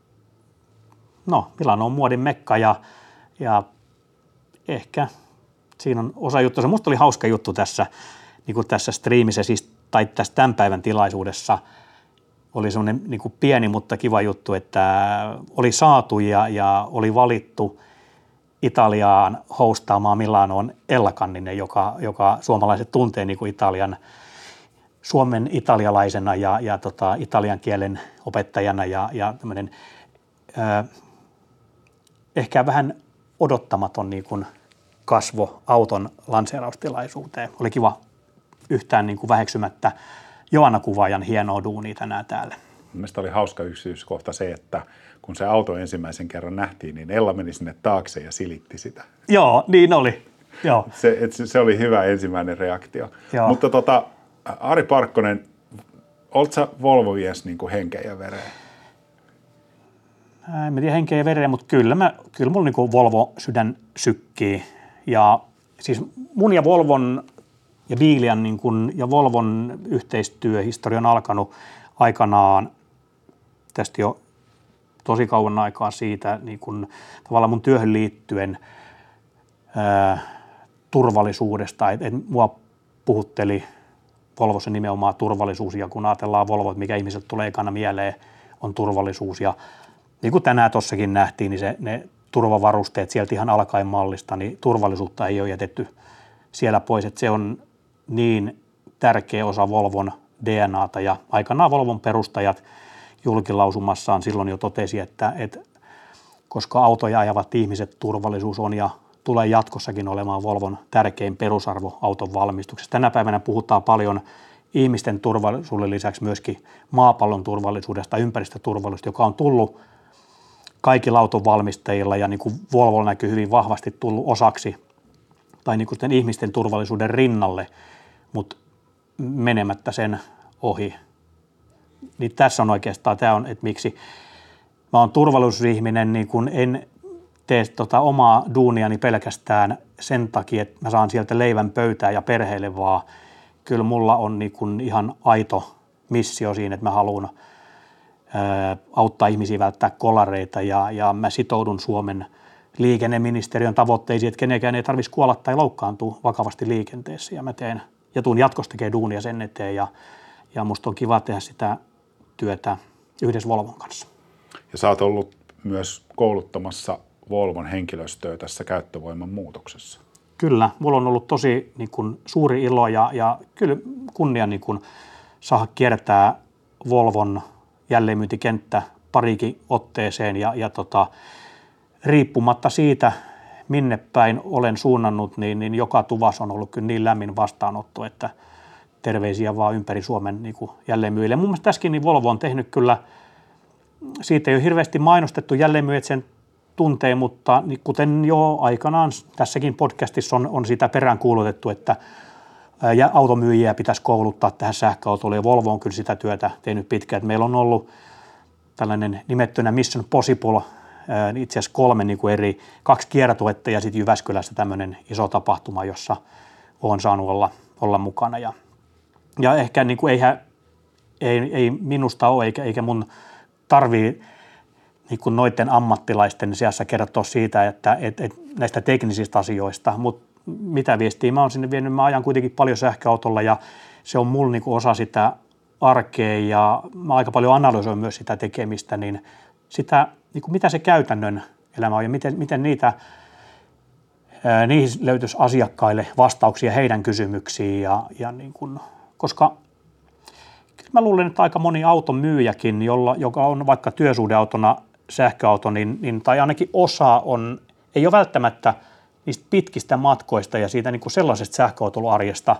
no, Milano on muodin mekka ja, ja ehkä siinä on osa juttu. Se musta oli hauska juttu tässä, niin kuin tässä striimissä siis, tai tässä tämän päivän tilaisuudessa oli semmoinen niin kuin pieni, mutta kiva juttu, että oli saatu ja, ja oli valittu Italiaan hostaamaan Milanoon Ella Kanninen, joka, joka suomalaiset tuntee niin kuin Italian, Suomen italialaisena ja, ja tota, italian kielen opettajana ja, ja tämmöinen äh, ehkä vähän odottamaton niin kuin kasvo auton lanseeraustilaisuuteen. Oli kiva yhtään niin kuin väheksymättä Joanna Kuvaajan hienoa duunia tänään täällä. Mielestäni oli hauska yksityiskohta se, että kun se auto ensimmäisen kerran nähtiin, niin Ella meni sinne taakse ja silitti sitä. Joo, niin oli. Joo. Se, et se, se oli hyvä ensimmäinen reaktio. Joo. Mutta tota, Ari Parkkonen, oletko sä Volvo-mies niin kuin henkeen ja vereen? En tiedä henkeä ja vereen, mutta kyllä, mä, kyllä mulla niin Volvo-sydän sykkii. Ja siis mun ja Volvon ja Biilian niin kuin, ja Volvon yhteistyöhistoria on alkanut aikanaan tästä jo tosi kauan aikaa siitä niin kuin, tavallaan mun työhön liittyen ää, turvallisuudesta. Et, et mua puhutteli Volvossa nimenomaan turvallisuus, ja kun ajatellaan Volvo, että mikä ihmiset tulee ekana mieleen, on turvallisuus. Ja niin kuin tänään tuossakin nähtiin, niin se, ne turvavarusteet sieltä ihan alkaen mallista, niin turvallisuutta ei ole jätetty siellä pois. Että se on niin tärkeä osa Volvon D N A:ta, ja aikanaan Volvon perustajat julkilausumassaan silloin jo totesi, että, että koska autoja ajavat ihmiset, turvallisuus on ja tulee jatkossakin olemaan Volvon tärkein perusarvo auton valmistuksessa. Tänä päivänä puhutaan paljon ihmisten turvallisuuden lisäksi myöskin maapallon turvallisuudesta, ympäristöturvallisuudesta, joka on tullut kaikilla auton valmistajilla ja niin kuin Volvo näkyy hyvin vahvasti tullut osaksi tai niin kuin ihmisten turvallisuuden rinnalle, mutta menemättä sen ohi. Niin tässä on oikeastaan, tämä on, että miksi mä oon turvallisuusihminen, niin kun en tee tota omaa duuniani pelkästään sen takia, että mä saan sieltä leivän pöytään ja perheelle, vaan kyllä mulla on niin kun ihan aito missio siinä, että mä haluan ää, auttaa ihmisiä välttää kolareita, ja, ja mä sitoudun Suomen liikenneministeriön tavoitteisiin, että kenenkään ei tarvitsisi kuolla tai loukkaantua vakavasti liikenteessä, ja mä teen ja tuun jatkossa tekemään duunia sen eteen, ja, ja musta on kiva tehdä sitä työtä yhdessä Volvon kanssa. Ja sä oot ollut myös kouluttamassa Volvon henkilöstöä tässä käyttövoiman muutoksessa. Kyllä, mulla on ollut tosi niin kun, suuri ilo ja, ja kyllä kunnia niin kun, saada kiertää Volvon jälleenmyyntikenttä parikin otteeseen, ja, ja tota, riippumatta siitä, minne päin olen suunnannut, niin, niin joka tuvassa on ollut kyllä niin lämmin vastaanotto, että terveisiä vaan ympäri Suomen niin kuin jälleenmyyjille. Mun mielestä tässäkin niin Volvo on tehnyt kyllä, siitä ei ole hirveästi mainostettu, jälleenmyyjät sen tuntee, mutta niin kuten jo aikanaan tässäkin podcastissa on, on sitä peräänkuulutettu, että ja automyyjiä pitäisi kouluttaa tähän sähköautoille, ja Volvo on kyllä sitä työtä tehnyt pitkään. Että meillä on ollut tällainen nimettynä Mission Possible, itse asiassa kolme niin kuin eri, kaksi kiertuetta ja sitten Jyväskylässä tämmöinen iso tapahtuma, jossa olen saanut olla, olla mukana. Ja, ja ehkä niin kuin eihän, ei, ei minusta ole, eikä, eikä mun tarvii niin kuin noiden ammattilaisten sijassa kertoa siitä, että et, et näistä teknisistä asioista, mutta mitä viestiä mä oon sinne vienyt, mä ajan kuitenkin paljon sähköautolla, ja se on mulla niin kuin osa sitä arkea, ja mä aika paljon analysoin myös sitä tekemistä, niin sitä, niin kuin mitä se käytännön elämä on ja miten, miten niitä, ää, niihin löytyisi asiakkaille vastauksia heidän kysymyksiin. Ja, ja niin kuin, koska kyllä mä luulen, että aika moni auton myyjäkin, jolla, joka on vaikka työsuhdeautona sähköauto, niin, niin, tai ainakin osa on, ei ole välttämättä niistä pitkistä matkoista ja siitä niin kuin sellaisesta sähköautoiluarjesta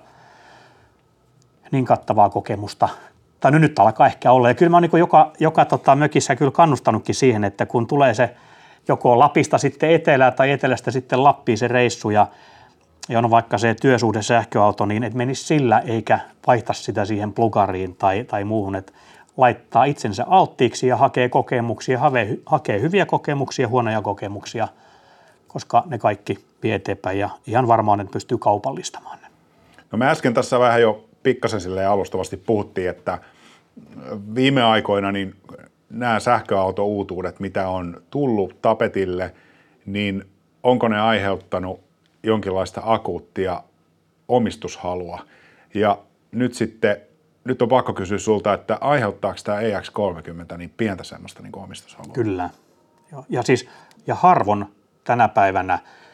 niin kattavaa kokemusta. Tai nyt alkaa ehkä olla. Ja kyllä mä oon niin joka, joka tota, mökissä kyllä kannustanutkin siihen, että kun tulee se joko Lapista sitten etelään tai etelästä sitten Lappiin se reissu, ja, ja on vaikka se työsuhde sähköauto, niin et menisi sillä eikä vaihta sitä siihen plugariin tai, tai muuhun, että laittaa itsensä alttiiksi ja hakee kokemuksia, hakee, hakee hyviä kokemuksia, huonoja kokemuksia, koska ne kaikki vie eteenpäin, ja ihan varmaan, että pystyy kaupallistamaan ne. No me äsken tässä vähän jo pikkasen silleen alustavasti puhuttiin, että viime aikoina niin nämä sähköauto-uutuudet, mitä on tullut tapetille, niin onko ne aiheuttanut jonkinlaista akuuttia omistushalua? Ja nyt sitten, nyt on pakko kysyä sulta, että aiheuttaako tämä E X kolmekymmentä niin pientä semmoista niin kuin omistushalua? Kyllä. Ja siis, ja harvon tänä päivänä,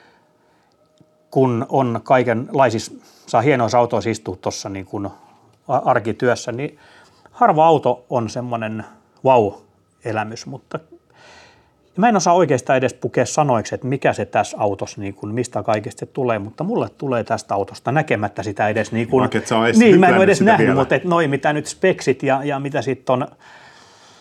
kun on kaikenlaisissa, saa hienoissa autoissa istua tuossa niin kuin arkityössä, niin harva auto on semmoinen vau-elämys, mutta mä en osaa oikeastaan edes pukea sanoiksi, että mikä se tässä autossa, niin kuin, mistä kaikesta se tulee, mutta mulle tulee tästä autosta näkemättä sitä edes. Niin, kuin, Vaikka et sä oot niin mä en ole edes nähnyt, vielä. Mutta et noi mitä nyt speksit ja, ja mitä sitten on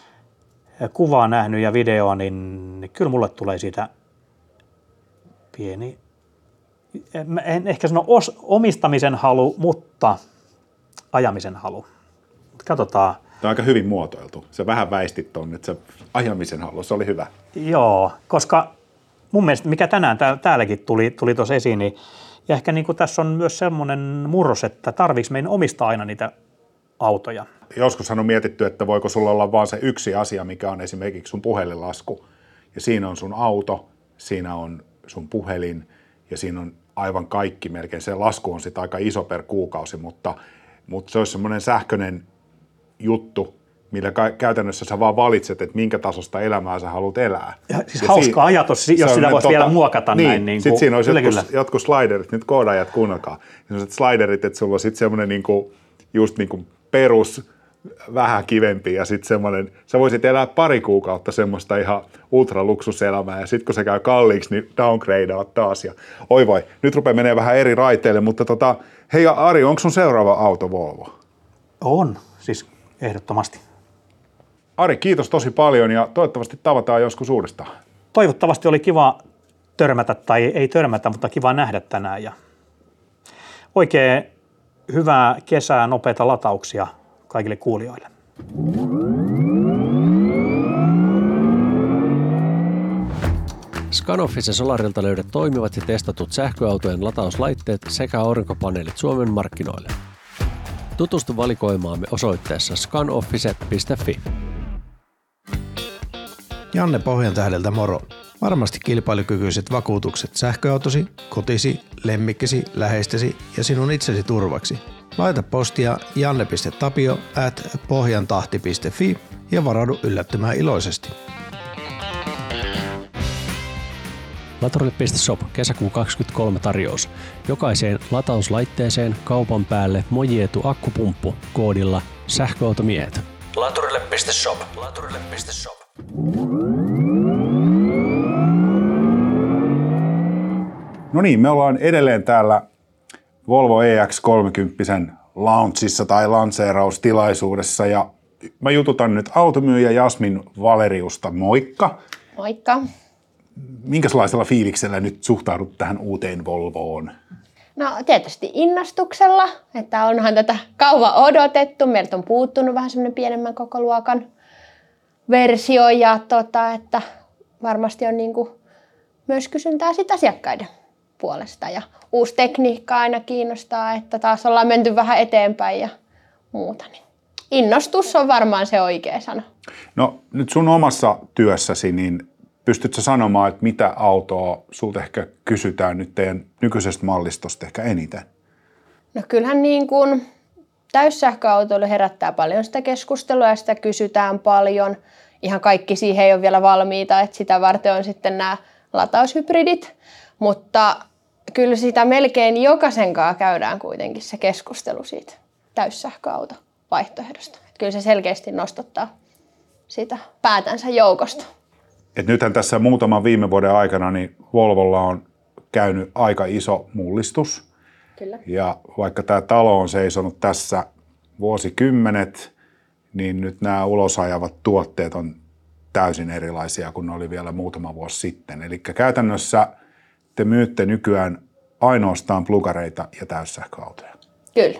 kuvaa nähnyt ja videoa, niin kyllä mulle tulee siitä pieni, en ehkä sano os, omistamisen halu, mutta ajamisen halu. Katsotaan. Tämä on aika hyvin muotoiltu. Se vähän väistit tuonne, että se ajamisen halu, se oli hyvä. Joo, koska mun mielestä, mikä tänään täälläkin tuli, tuli tuossa esiin, niin, ja ehkä niin kuin tässä on myös semmoinen murros, että tarviiko meidän omistaa aina niitä autoja. Joskushan on mietitty, että voiko sulla olla vaan se yksi asia, mikä on esimerkiksi sun puhelinlasku. Ja siinä on sun auto, siinä on sun puhelin ja siinä on aivan kaikki melkein. Se lasku on sitten aika iso per kuukausi, mutta, mutta se olisi semmoinen sähköinen juttu, millä käytännössä sä vaan valitset, että minkä tasosta elämää sä haluat elää. Ja siis ja hauska si- ajatus, jos sitä voisi tota, vielä muokata niin, näin. Niin sitten siinä olisi kyllä, jotkut, jotkut sliderit, nyt koodaajat kuunnelkaa. Sellaiset sliderit, että sulla on sitten semmoinen niinku, just niin kuin perus, vähän kivempi ja sitten semmoinen, sä voisit elää pari kuukautta semmoista ihan ultraluksuselämää ja sitten kun se käy kalliiksi, niin downgradeaat taas ja oi voi, nyt rupeaa menee vähän eri raiteille, mutta tota, hei Ari, onko sun seuraava auto Volvo? On, siis ehdottomasti. Ari, kiitos tosi paljon ja toivottavasti tavataan joskus uudestaan. Toivottavasti oli kiva törmätä tai ei törmätä, mutta kiva nähdä tänään ja oikein hyvää kesää, nopeita latauksia kaikille kuulijoille. Scanoffis ja Solarilta löydät toimivat ja testatut sähköautojen latauslaitteet sekä aurinkopaneelit Suomen markkinoille. Tutustu valikoimaamme osoitteessa scanoffice piste fi. Janne Pohjantähdeltä moro. Varmasti kilpailukykyiset vakuutukset sähköautosi, kotisi, lemmikkisi, läheistesi ja sinun itsesi turvaksi. Laita postia janne piste tapio at pohjantahti piste fi ja varaudu yllättymään iloisesti. Laturille piste shop kesäkuun kaksikymmentäkolme tarjous. Jokaiseen latauslaitteeseen kaupan päälle Mojietu akkupumppu koodilla sähköautomiehet. Laturille piste shop. Laturille piste shop. No niin, me ollaan edelleen täällä Volvo E X kolmekymmentä launchissa tai lanseeraustilaisuudessa ja mä jututan nyt automyyjä Jasmin Valeriusta. Moikka! Moikka! Minkälaisella fiiliksellä nyt suhtaudut tähän uuteen Volvoon? No tietysti innostuksella, että onhan tätä kauan odotettu. Meiltä on puuttunut vähän semmoinen pienemmän kokoluokan versio ja tota, että varmasti on niinku myös kysyntää sit asiakkaiden puolesta ja uusi tekniikka aina kiinnostaa, että taas ollaan menty vähän eteenpäin ja muuta. Niin innostus on varmaan se oikea sana. No nyt sun omassa työssäsi, niin pystytkö sanomaan, että mitä autoa sulta ehkä kysytään nyt teidän nykyisestä mallistosta ehkä eniten? No kyllähän niin kuin täyssähköautoilu herättää paljon sitä keskustelua ja sitä kysytään paljon. Ihan kaikki siihen ei ole vielä valmiita, että sitä varten on sitten nämä lataushybridit, mutta kyllä sitä melkein jokaisen kanssa käydään kuitenkin se keskustelu siitä täyssähköautovaihtoehdosta. Että kyllä se selkeästi nostattaa sitä päätänsä joukosta. Et nythän tässä muutaman viime vuoden aikana niin Volvolla on käynyt aika iso mullistus. Kyllä. Ja vaikka tämä talo on seisonut tässä vuosikymmenet, niin nyt nämä ulosajavat tuotteet on täysin erilaisia kuin ne oli vielä muutama vuosi sitten. Eli käytännössä te myytte nykyään ainoastaan plugareita ja täyssähköautoja. Kyllä.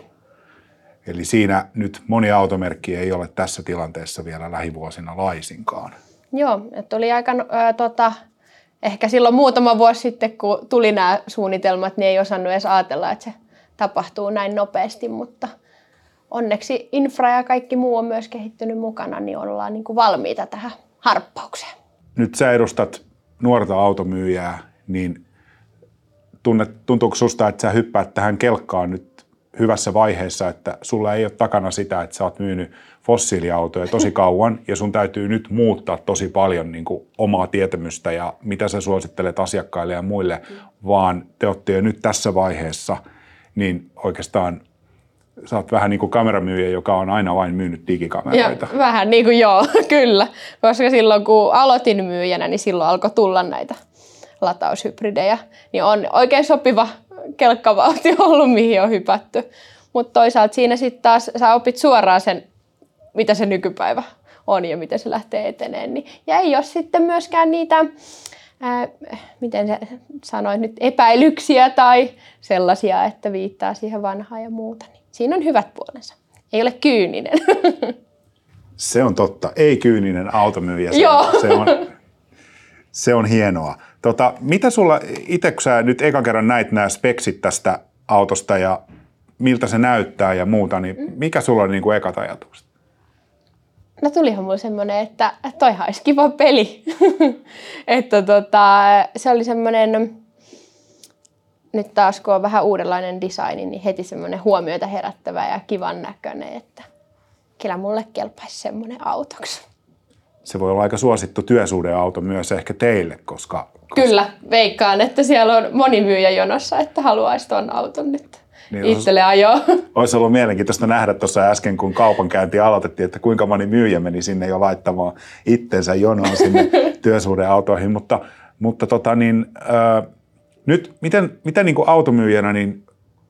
Eli siinä nyt moni automerkki ei ole tässä tilanteessa vielä lähivuosina laisinkaan. Joo, että oli aika, ää, tota, ehkä silloin muutama vuosi sitten, kun tuli nämä suunnitelmat, niin ei osannut edes ajatella, että se tapahtuu näin nopeasti, mutta onneksi infra ja kaikki muu on myös kehittynyt mukana, niin ollaan niin kuin valmiita tähän harppaukseen. Nyt sä edustat nuorta automyyjää, niin tunnet, tuntuuko susta, että sä hyppäät tähän kelkkaan nyt hyvässä vaiheessa, että sulla ei ole takana sitä, että sä oot myynyt fossiiliautoja tosi kauan ja sun täytyy nyt muuttaa tosi paljon niin kuin omaa tietämystä ja mitä sä suosittelet asiakkaille ja muille, mm. vaan te ootte jo nyt tässä vaiheessa, niin oikeastaan sä oot vähän niin kuin kameramyyjä, joka on aina vain myynyt digikameroita. Ja vähän niin kuin joo, kyllä, koska silloin kun aloitin myyjänä, niin silloin alkoi tulla näitä lataushybridejä, niin on oikein sopiva kelkkavauhti ollut, mihin on hypätty. Mutta toisaalta siinä sitten taas sä opit suoraan sen, mitä se nykypäivä on ja miten se lähtee eteneen. Niin, ja ei ole sitten myöskään niitä, ää, miten sä sanoit nyt, epäilyksiä tai sellaisia, että viittaa siihen vanhaan ja muuta. Niin siinä on hyvät puolensa. Ei ole kyyninen. Se on totta. Ei kyyninen automyyjä. Se, se, on, se on hienoa. Tota, mitä sulla itse, kun sä nyt ekan kerran näit nämä speksit tästä autosta ja miltä se näyttää ja muuta, niin mikä sulla on niin kuin ekat ajatukset? No tulihan mulle semmoinen, että toihan olisi kiva peli. että tota, se oli semmoinen, nyt taas kun on vähän uudenlainen designi, niin heti semmoinen huomioita herättävä ja kivan näköinen, että kyllä mulle kelpaisi semmoinen autoksi. Se voi olla aika suosittu työsuhdeauto myös ehkä teille, koska... Kyllä, veikkaan, että siellä on moni myyjä jonossa, että haluaisi tuon auton nyt niin itselle ajoa. Olisi ollut mielenkiintoista nähdä tuossa äsken, kun kaupankäynti aloitettiin, että kuinka moni myyjä meni sinne jo laittamaan itsensä jonoon sinne työsuhdeautoihin. Mutta, mutta tota niin, ää, nyt miten, miten niin kuin automyyjänä, niin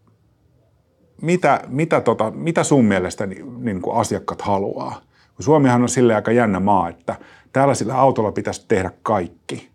mitä, mitä, tota, mitä sun mielestä niin, niin kuin asiakkaat haluaa? Suomihan on silleen aika jännä maa, että tällaisilla autolla pitäisi tehdä kaikki.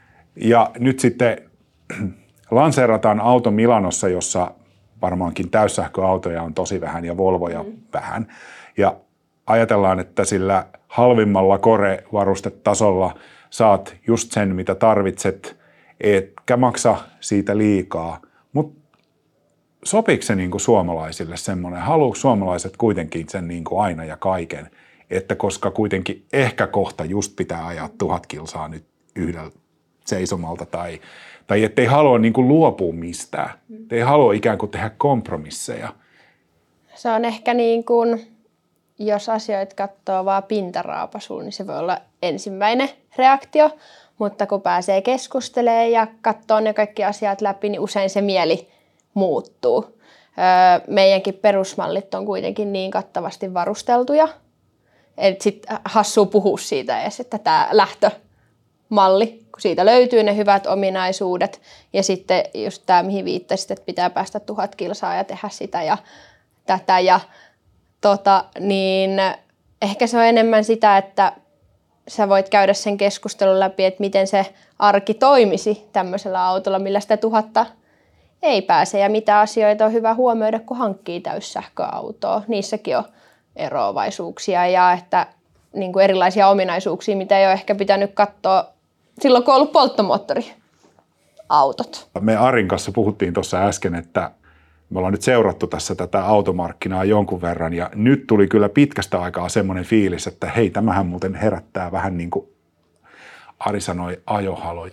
Ja nyt sitten lanseerataan auto Milanossa, jossa varmaankin täyssähköautoja on tosi vähän ja Volvoja mm. vähän. Ja ajatellaan, että sillä halvimmalla Core-varustetasolla saat just sen, mitä tarvitset, etkä maksa siitä liikaa. Mutta sopiiko se niin kuin suomalaisille semmoinen? Haluatko suomalaiset kuitenkin sen niin kuin aina ja kaiken? Että koska kuitenkin ehkä kohta just pitää ajaa tuhat kilsaa nyt yhdellä seisomalta tai, tai ettei halua niin kuin luopua mistään. Ei halua ikään kuin tehdä kompromisseja. Se on ehkä niin kuin, jos asioita katsoo vaan pintaraapasuun, niin se voi olla ensimmäinen reaktio. Mutta kun pääsee keskustelemaan ja katsoo ne kaikki asiat läpi, niin usein se mieli muuttuu. Meidänkin perusmallit on kuitenkin niin kattavasti varusteltuja, että sitten hassua puhua siitä edes, että tämä lähtömalli, kun siitä löytyy ne hyvät ominaisuudet ja sitten just tämä, mihin viittasit, että pitää päästä tuhat kilsaa ja tehdä sitä ja tätä ja tota, niin ehkä se on enemmän sitä, että sä voit käydä sen keskustelun läpi, että miten se arki toimisi tämmöisellä autolla, millä sitä tuhatta ei pääse ja mitä asioita on hyvä huomioida, kun hankkii täyssähköautoa. Niissäkin on eroavaisuuksia ja että, niin kuin erilaisia ominaisuuksia, mitä ei ole ehkä pitänyt katsoa silloin, kun on ollut polttomoottoriautot. Me Arin kanssa puhuttiin tuossa äsken, että me ollaan nyt seurattu tässä tätä automarkkinaa jonkun verran ja nyt tuli kyllä pitkästä aikaa semmoinen fiilis, että hei, tämähän muuten herättää vähän niin kuin Ari sanoi ajohaloja.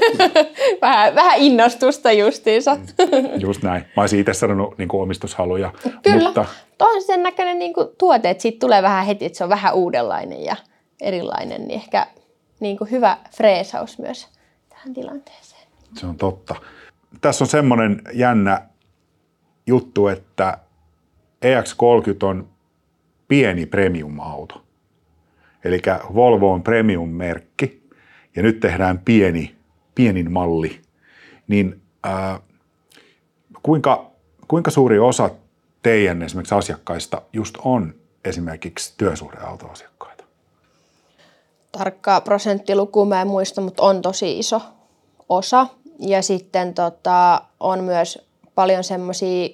vähän, vähän innostusta justiinsa. Just näin. Mä olisin itse sanonut niin kuin omistushaluja. Kyllä. Mutta on sen näköinen niin kuin tuote, että siitä tulee vähän heti, että se on vähän uudenlainen ja erilainen, niin ehkä niin kuin hyvä freesaus myös tähän tilanteeseen. Se on totta. Tässä on semmoinen jännä juttu, että E X kolmekymmentä on pieni premium-auto. Eli Volvo on premium-merkki ja nyt tehdään pieni, pienin malli. Niin ää, kuinka, kuinka suuri osa teidän esimerkiksi asiakkaista just on esimerkiksi työsuhdeautoasiakkaita? Tarkkaa prosenttilukua mä en muista, mutta on tosi iso osa. Ja sitten tota, on myös paljon semmoisia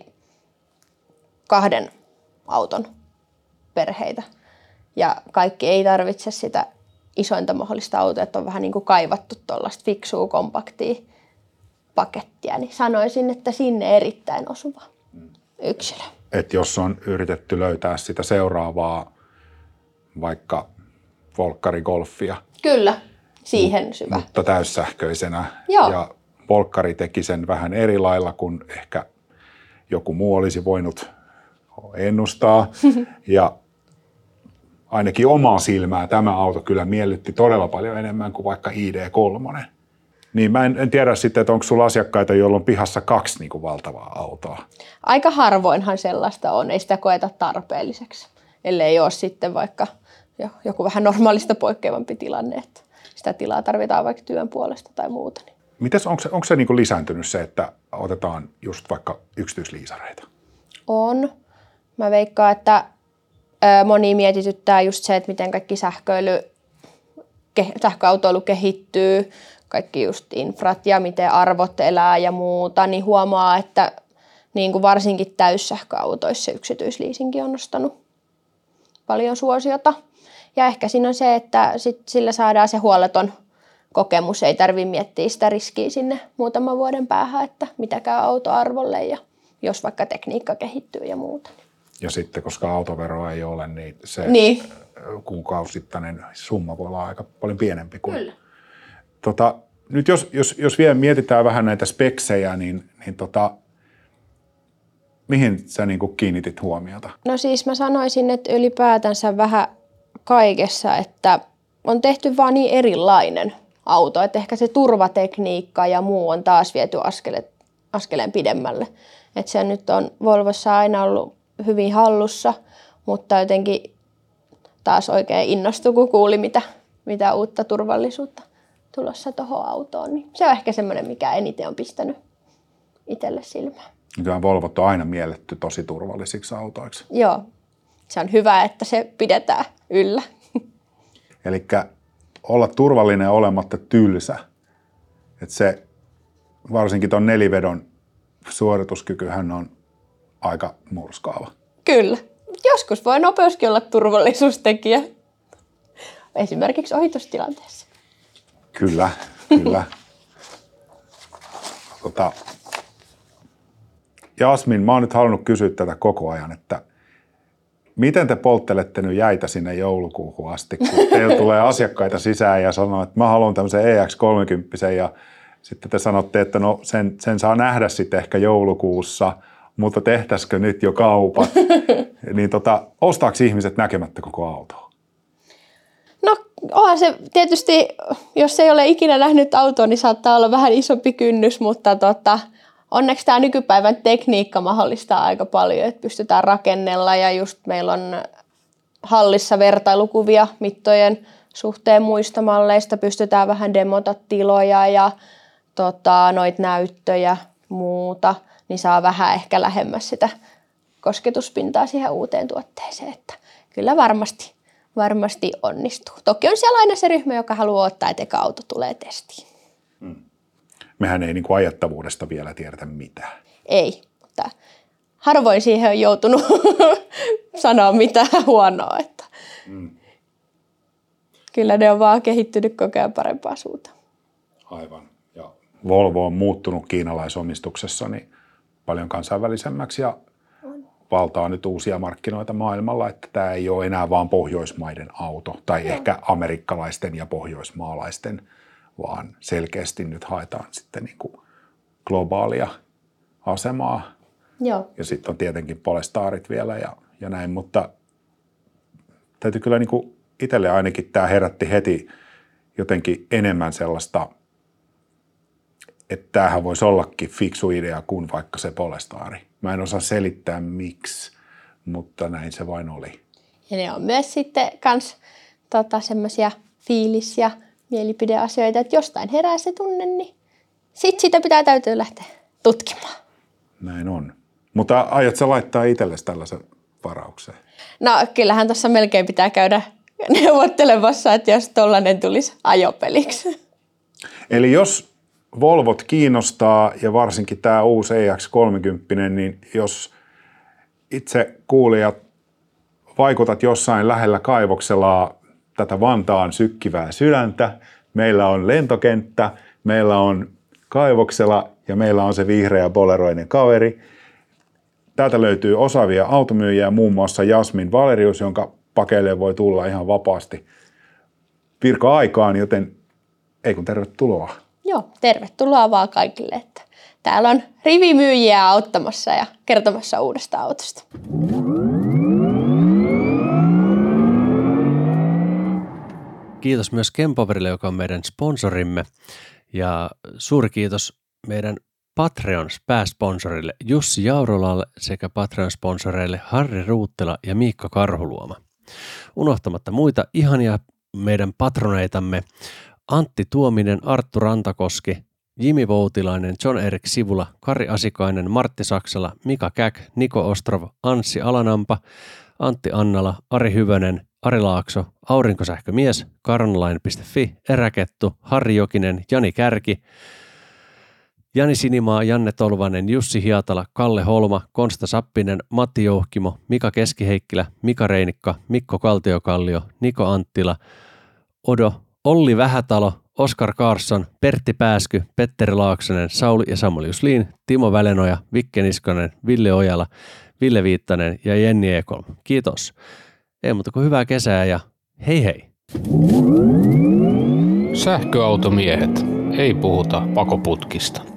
kahden auton perheitä. Ja kaikki ei tarvitse sitä isointa mahdollista autoa, että on vähän niin kuin kaivattu tuollaista fiksua, kompaktia pakettia. Niin sanoisin, että sinne erittäin osuva yksilö. Että jos on yritetty löytää sitä seuraavaa vaikka volkkarigolfia. Kyllä, siihen syvä. Mutta täyssähköisenä. Joo. Ja volkkari teki sen vähän eri lailla kuin ehkä joku muu olisi voinut ennustaa. Ja ainakin omaa silmää tämä auto kyllä miellytti todella paljon enemmän kuin vaikka I D kolme. Niin mä en, en tiedä sitten, että onko sulla asiakkaita, joilla on pihassa kaksi niin kuin valtavaa autoa. Aika harvoinhan sellaista on, ei sitä koeta tarpeelliseksi, ellei ole sitten vaikka joku vähän normaalista poikkeavampi tilanne, että sitä tilaa tarvitaan vaikka työn puolesta tai muuta. Mites, onko se, onko se niin kuin lisääntynyt se, että otetaan just vaikka yksityisliisareita? On. Mä veikkaan, että moni mietityttää just se, että miten kaikki sähköily, sähköautoilu kehittyy, kaikki just infrat ja miten arvot elää ja muuta, niin huomaa, että niin kuin varsinkin täyssähköautoissa yksityisliisinki on nostanut paljon suosiota. Ja ehkä siinä on se, että sit sillä saadaan se huoleton kokemus. Ei tarvitse miettiä sitä riskiä sinne muutaman vuoden päähän, että mitä käy autoarvolle ja jos vaikka tekniikka kehittyy ja muuta. Ja sitten, koska autoveroa ei ole, niin se niin. kuukausittainen summa voi olla aika paljon pienempi kuin. Kyllä. Tota, nyt jos, jos, jos vielä mietitään vähän näitä speksejä, niin, niin tota, mihin sä niin kuin kiinnitit huomiota? No siis mä sanoisin, että ylipäätänsä vähän kaikessa, että on tehty vaan niin erilainen auto, että ehkä se turvatekniikka ja muu on taas viety askele, askeleen pidemmälle. Että se nyt on Volvossa aina ollut hyvin hallussa, mutta jotenkin taas oikein innostui, kun kuuli, mitä, mitä uutta turvallisuutta tulossa tuohon autoon. Niin se on ehkä semmoinen, mikä eniten on pistänyt itselle silmään. Kyllä Volvot on aina mielletty tosi turvallisiksi autoiksi. Joo, se on hyvä, että se pidetään yllä. Eli olla turvallinen olematta tylsä. Että se, varsinkin tuon nelivedon suorituskykyhän on aika murskaava. Kyllä. Joskus voi nopeuskin olla turvallisuustekijä. Esimerkiksi ohitustilanteessa. Kyllä, kyllä. Tota, Jasmin, mä oon nyt halunnut kysyä tätä koko ajan, että miten te polttelette nyt jäitä sinne joulukuuhun asti, kun teillä tulee asiakkaita sisään ja sanoo, että mä haluan tämmöisen E X kolmekymmentä ja sitten te sanotte, että no sen, sen saa nähdä sitten ehkä joulukuussa, mutta tehtäisikö nyt jo kaupat? Niin tota, ostaako ihmiset näkemättä koko autoa? No onhan se tietysti, jos ei ole ikinä nähnyt autoa, niin saattaa olla vähän isompi kynnys, mutta tota, onneksi tämä nykypäivän tekniikka mahdollistaa aika paljon, että pystytään rakennella ja just meillä on hallissa vertailukuvia mittojen suhteen muista malleista, pystytään vähän demota tiloja ja tota, noita näyttöjä muuta, niin saa vähän ehkä lähemmäs sitä kosketuspintaa siihen uuteen tuotteeseen, että kyllä varmasti, varmasti onnistuu. Toki on siellä aina se ryhmä, joka haluaa ottaa, että eka auto tulee testiin. Hmm. Mehän ei niin kuin ajattavuudesta vielä tiedetä mitään. Ei, mutta harvoin siihen on joutunut sanoa mitään huonoa. Että mm. Kyllä ne on vaan kehittynyt koko ajan parempaa suuntaan. Aivan. Ja Volvo on muuttunut kiinalaisomistuksessa niin paljon kansainvälisemmäksi ja valtaa nyt uusia markkinoita maailmalla, että tämä ei ole enää vaan pohjoismaiden auto tai no. ehkä amerikkalaisten ja pohjoismaalaisten, vaan selkeästi nyt haetaan sitten niin kuin globaalia asemaa. Joo. Ja sitten on tietenkin Polestarit vielä ja, ja näin, mutta täytyy kyllä niin kuin itselle ainakin tämä herätti heti jotenkin enemmän sellaista, että tämähän voisi ollakin fiksu idea kuin vaikka se Polestari. Mä en osaa selittää miksi, mutta näin se vain oli. Ja ne on myös sitten kans tota, semmoisia fiilis- ja mielipideasioita, että jostain herää se tunne, niin sitten sitä pitää täytyy lähteä tutkimaan. Näin on. Mutta aiot sä laittaa itsellesi tällaisen varaukseen? No kyllähän tuossa melkein pitää käydä neuvottelemassa, että jos tollainen tulisi ajopeliksi. Eli jos Volvot kiinnostaa ja varsinkin tämä uusi E X kolmekymmentä, niin jos itse kuulijat vaikutat jossain lähellä Kaivokselaa tätä Vantaan sykkivää sydäntä, meillä on lentokenttä, meillä on Kaivoksela ja meillä on se vihreä boleroinen kaveri. Täältä löytyy osaavia automyyjiä, muun muassa Jasmin Valerius, jonka pakeille voi tulla ihan vapaasti virka-aikaan, joten ei kun tervetuloa. Joo, tervetuloa vaan kaikille, että täällä on rivimyyjiä auttamassa ja kertomassa uudesta autosta. Kiitos myös Kempoverille, joka on meidän sponsorimme, ja suuri kiitos meidän Patreon-pääsponsorille Jussi Jaurolalle sekä Patreon-sponsoreille Harri Ruuttela ja Miikka Karhuluoma. Unohtamatta muita ihania meidän patroneitamme Antti Tuominen, Arttu Rantakoski, Jimi Voutilainen, John Erik Sivula, Kari Asikainen, Martti Saksala, Mika Käk, Niko Ostrov, Anssi Alanampa, Antti Annala, Ari Hyvönen, Ari Laakso, Aurinkosähkömies, Karnalainen piste fi, Eräkettu, Harri Jokinen, Jani Kärki, Jani Sinimaa, Janne Tolvanen, Jussi Hiatala, Kalle Holma, Konsta Sappinen, Matti Jouhkimo, Mika Keskiheikkilä, Mika Reinikka, Mikko Kaltiokallio, Niko Anttila, Odo, Olli Vähätalo, Oskar Karsson, Pertti Pääsky, Petteri Laaksonen, Sauli ja Samuel Juslin, Timo Välenoja, Vikke Niskanen, Ville Ojala, Ville Viittanen ja Jenni Ekholm. Kiitos. Ei muuta kuin hyvää kesää ja hei hei! Sähköautomiehet. Ei puhuta pakoputkista.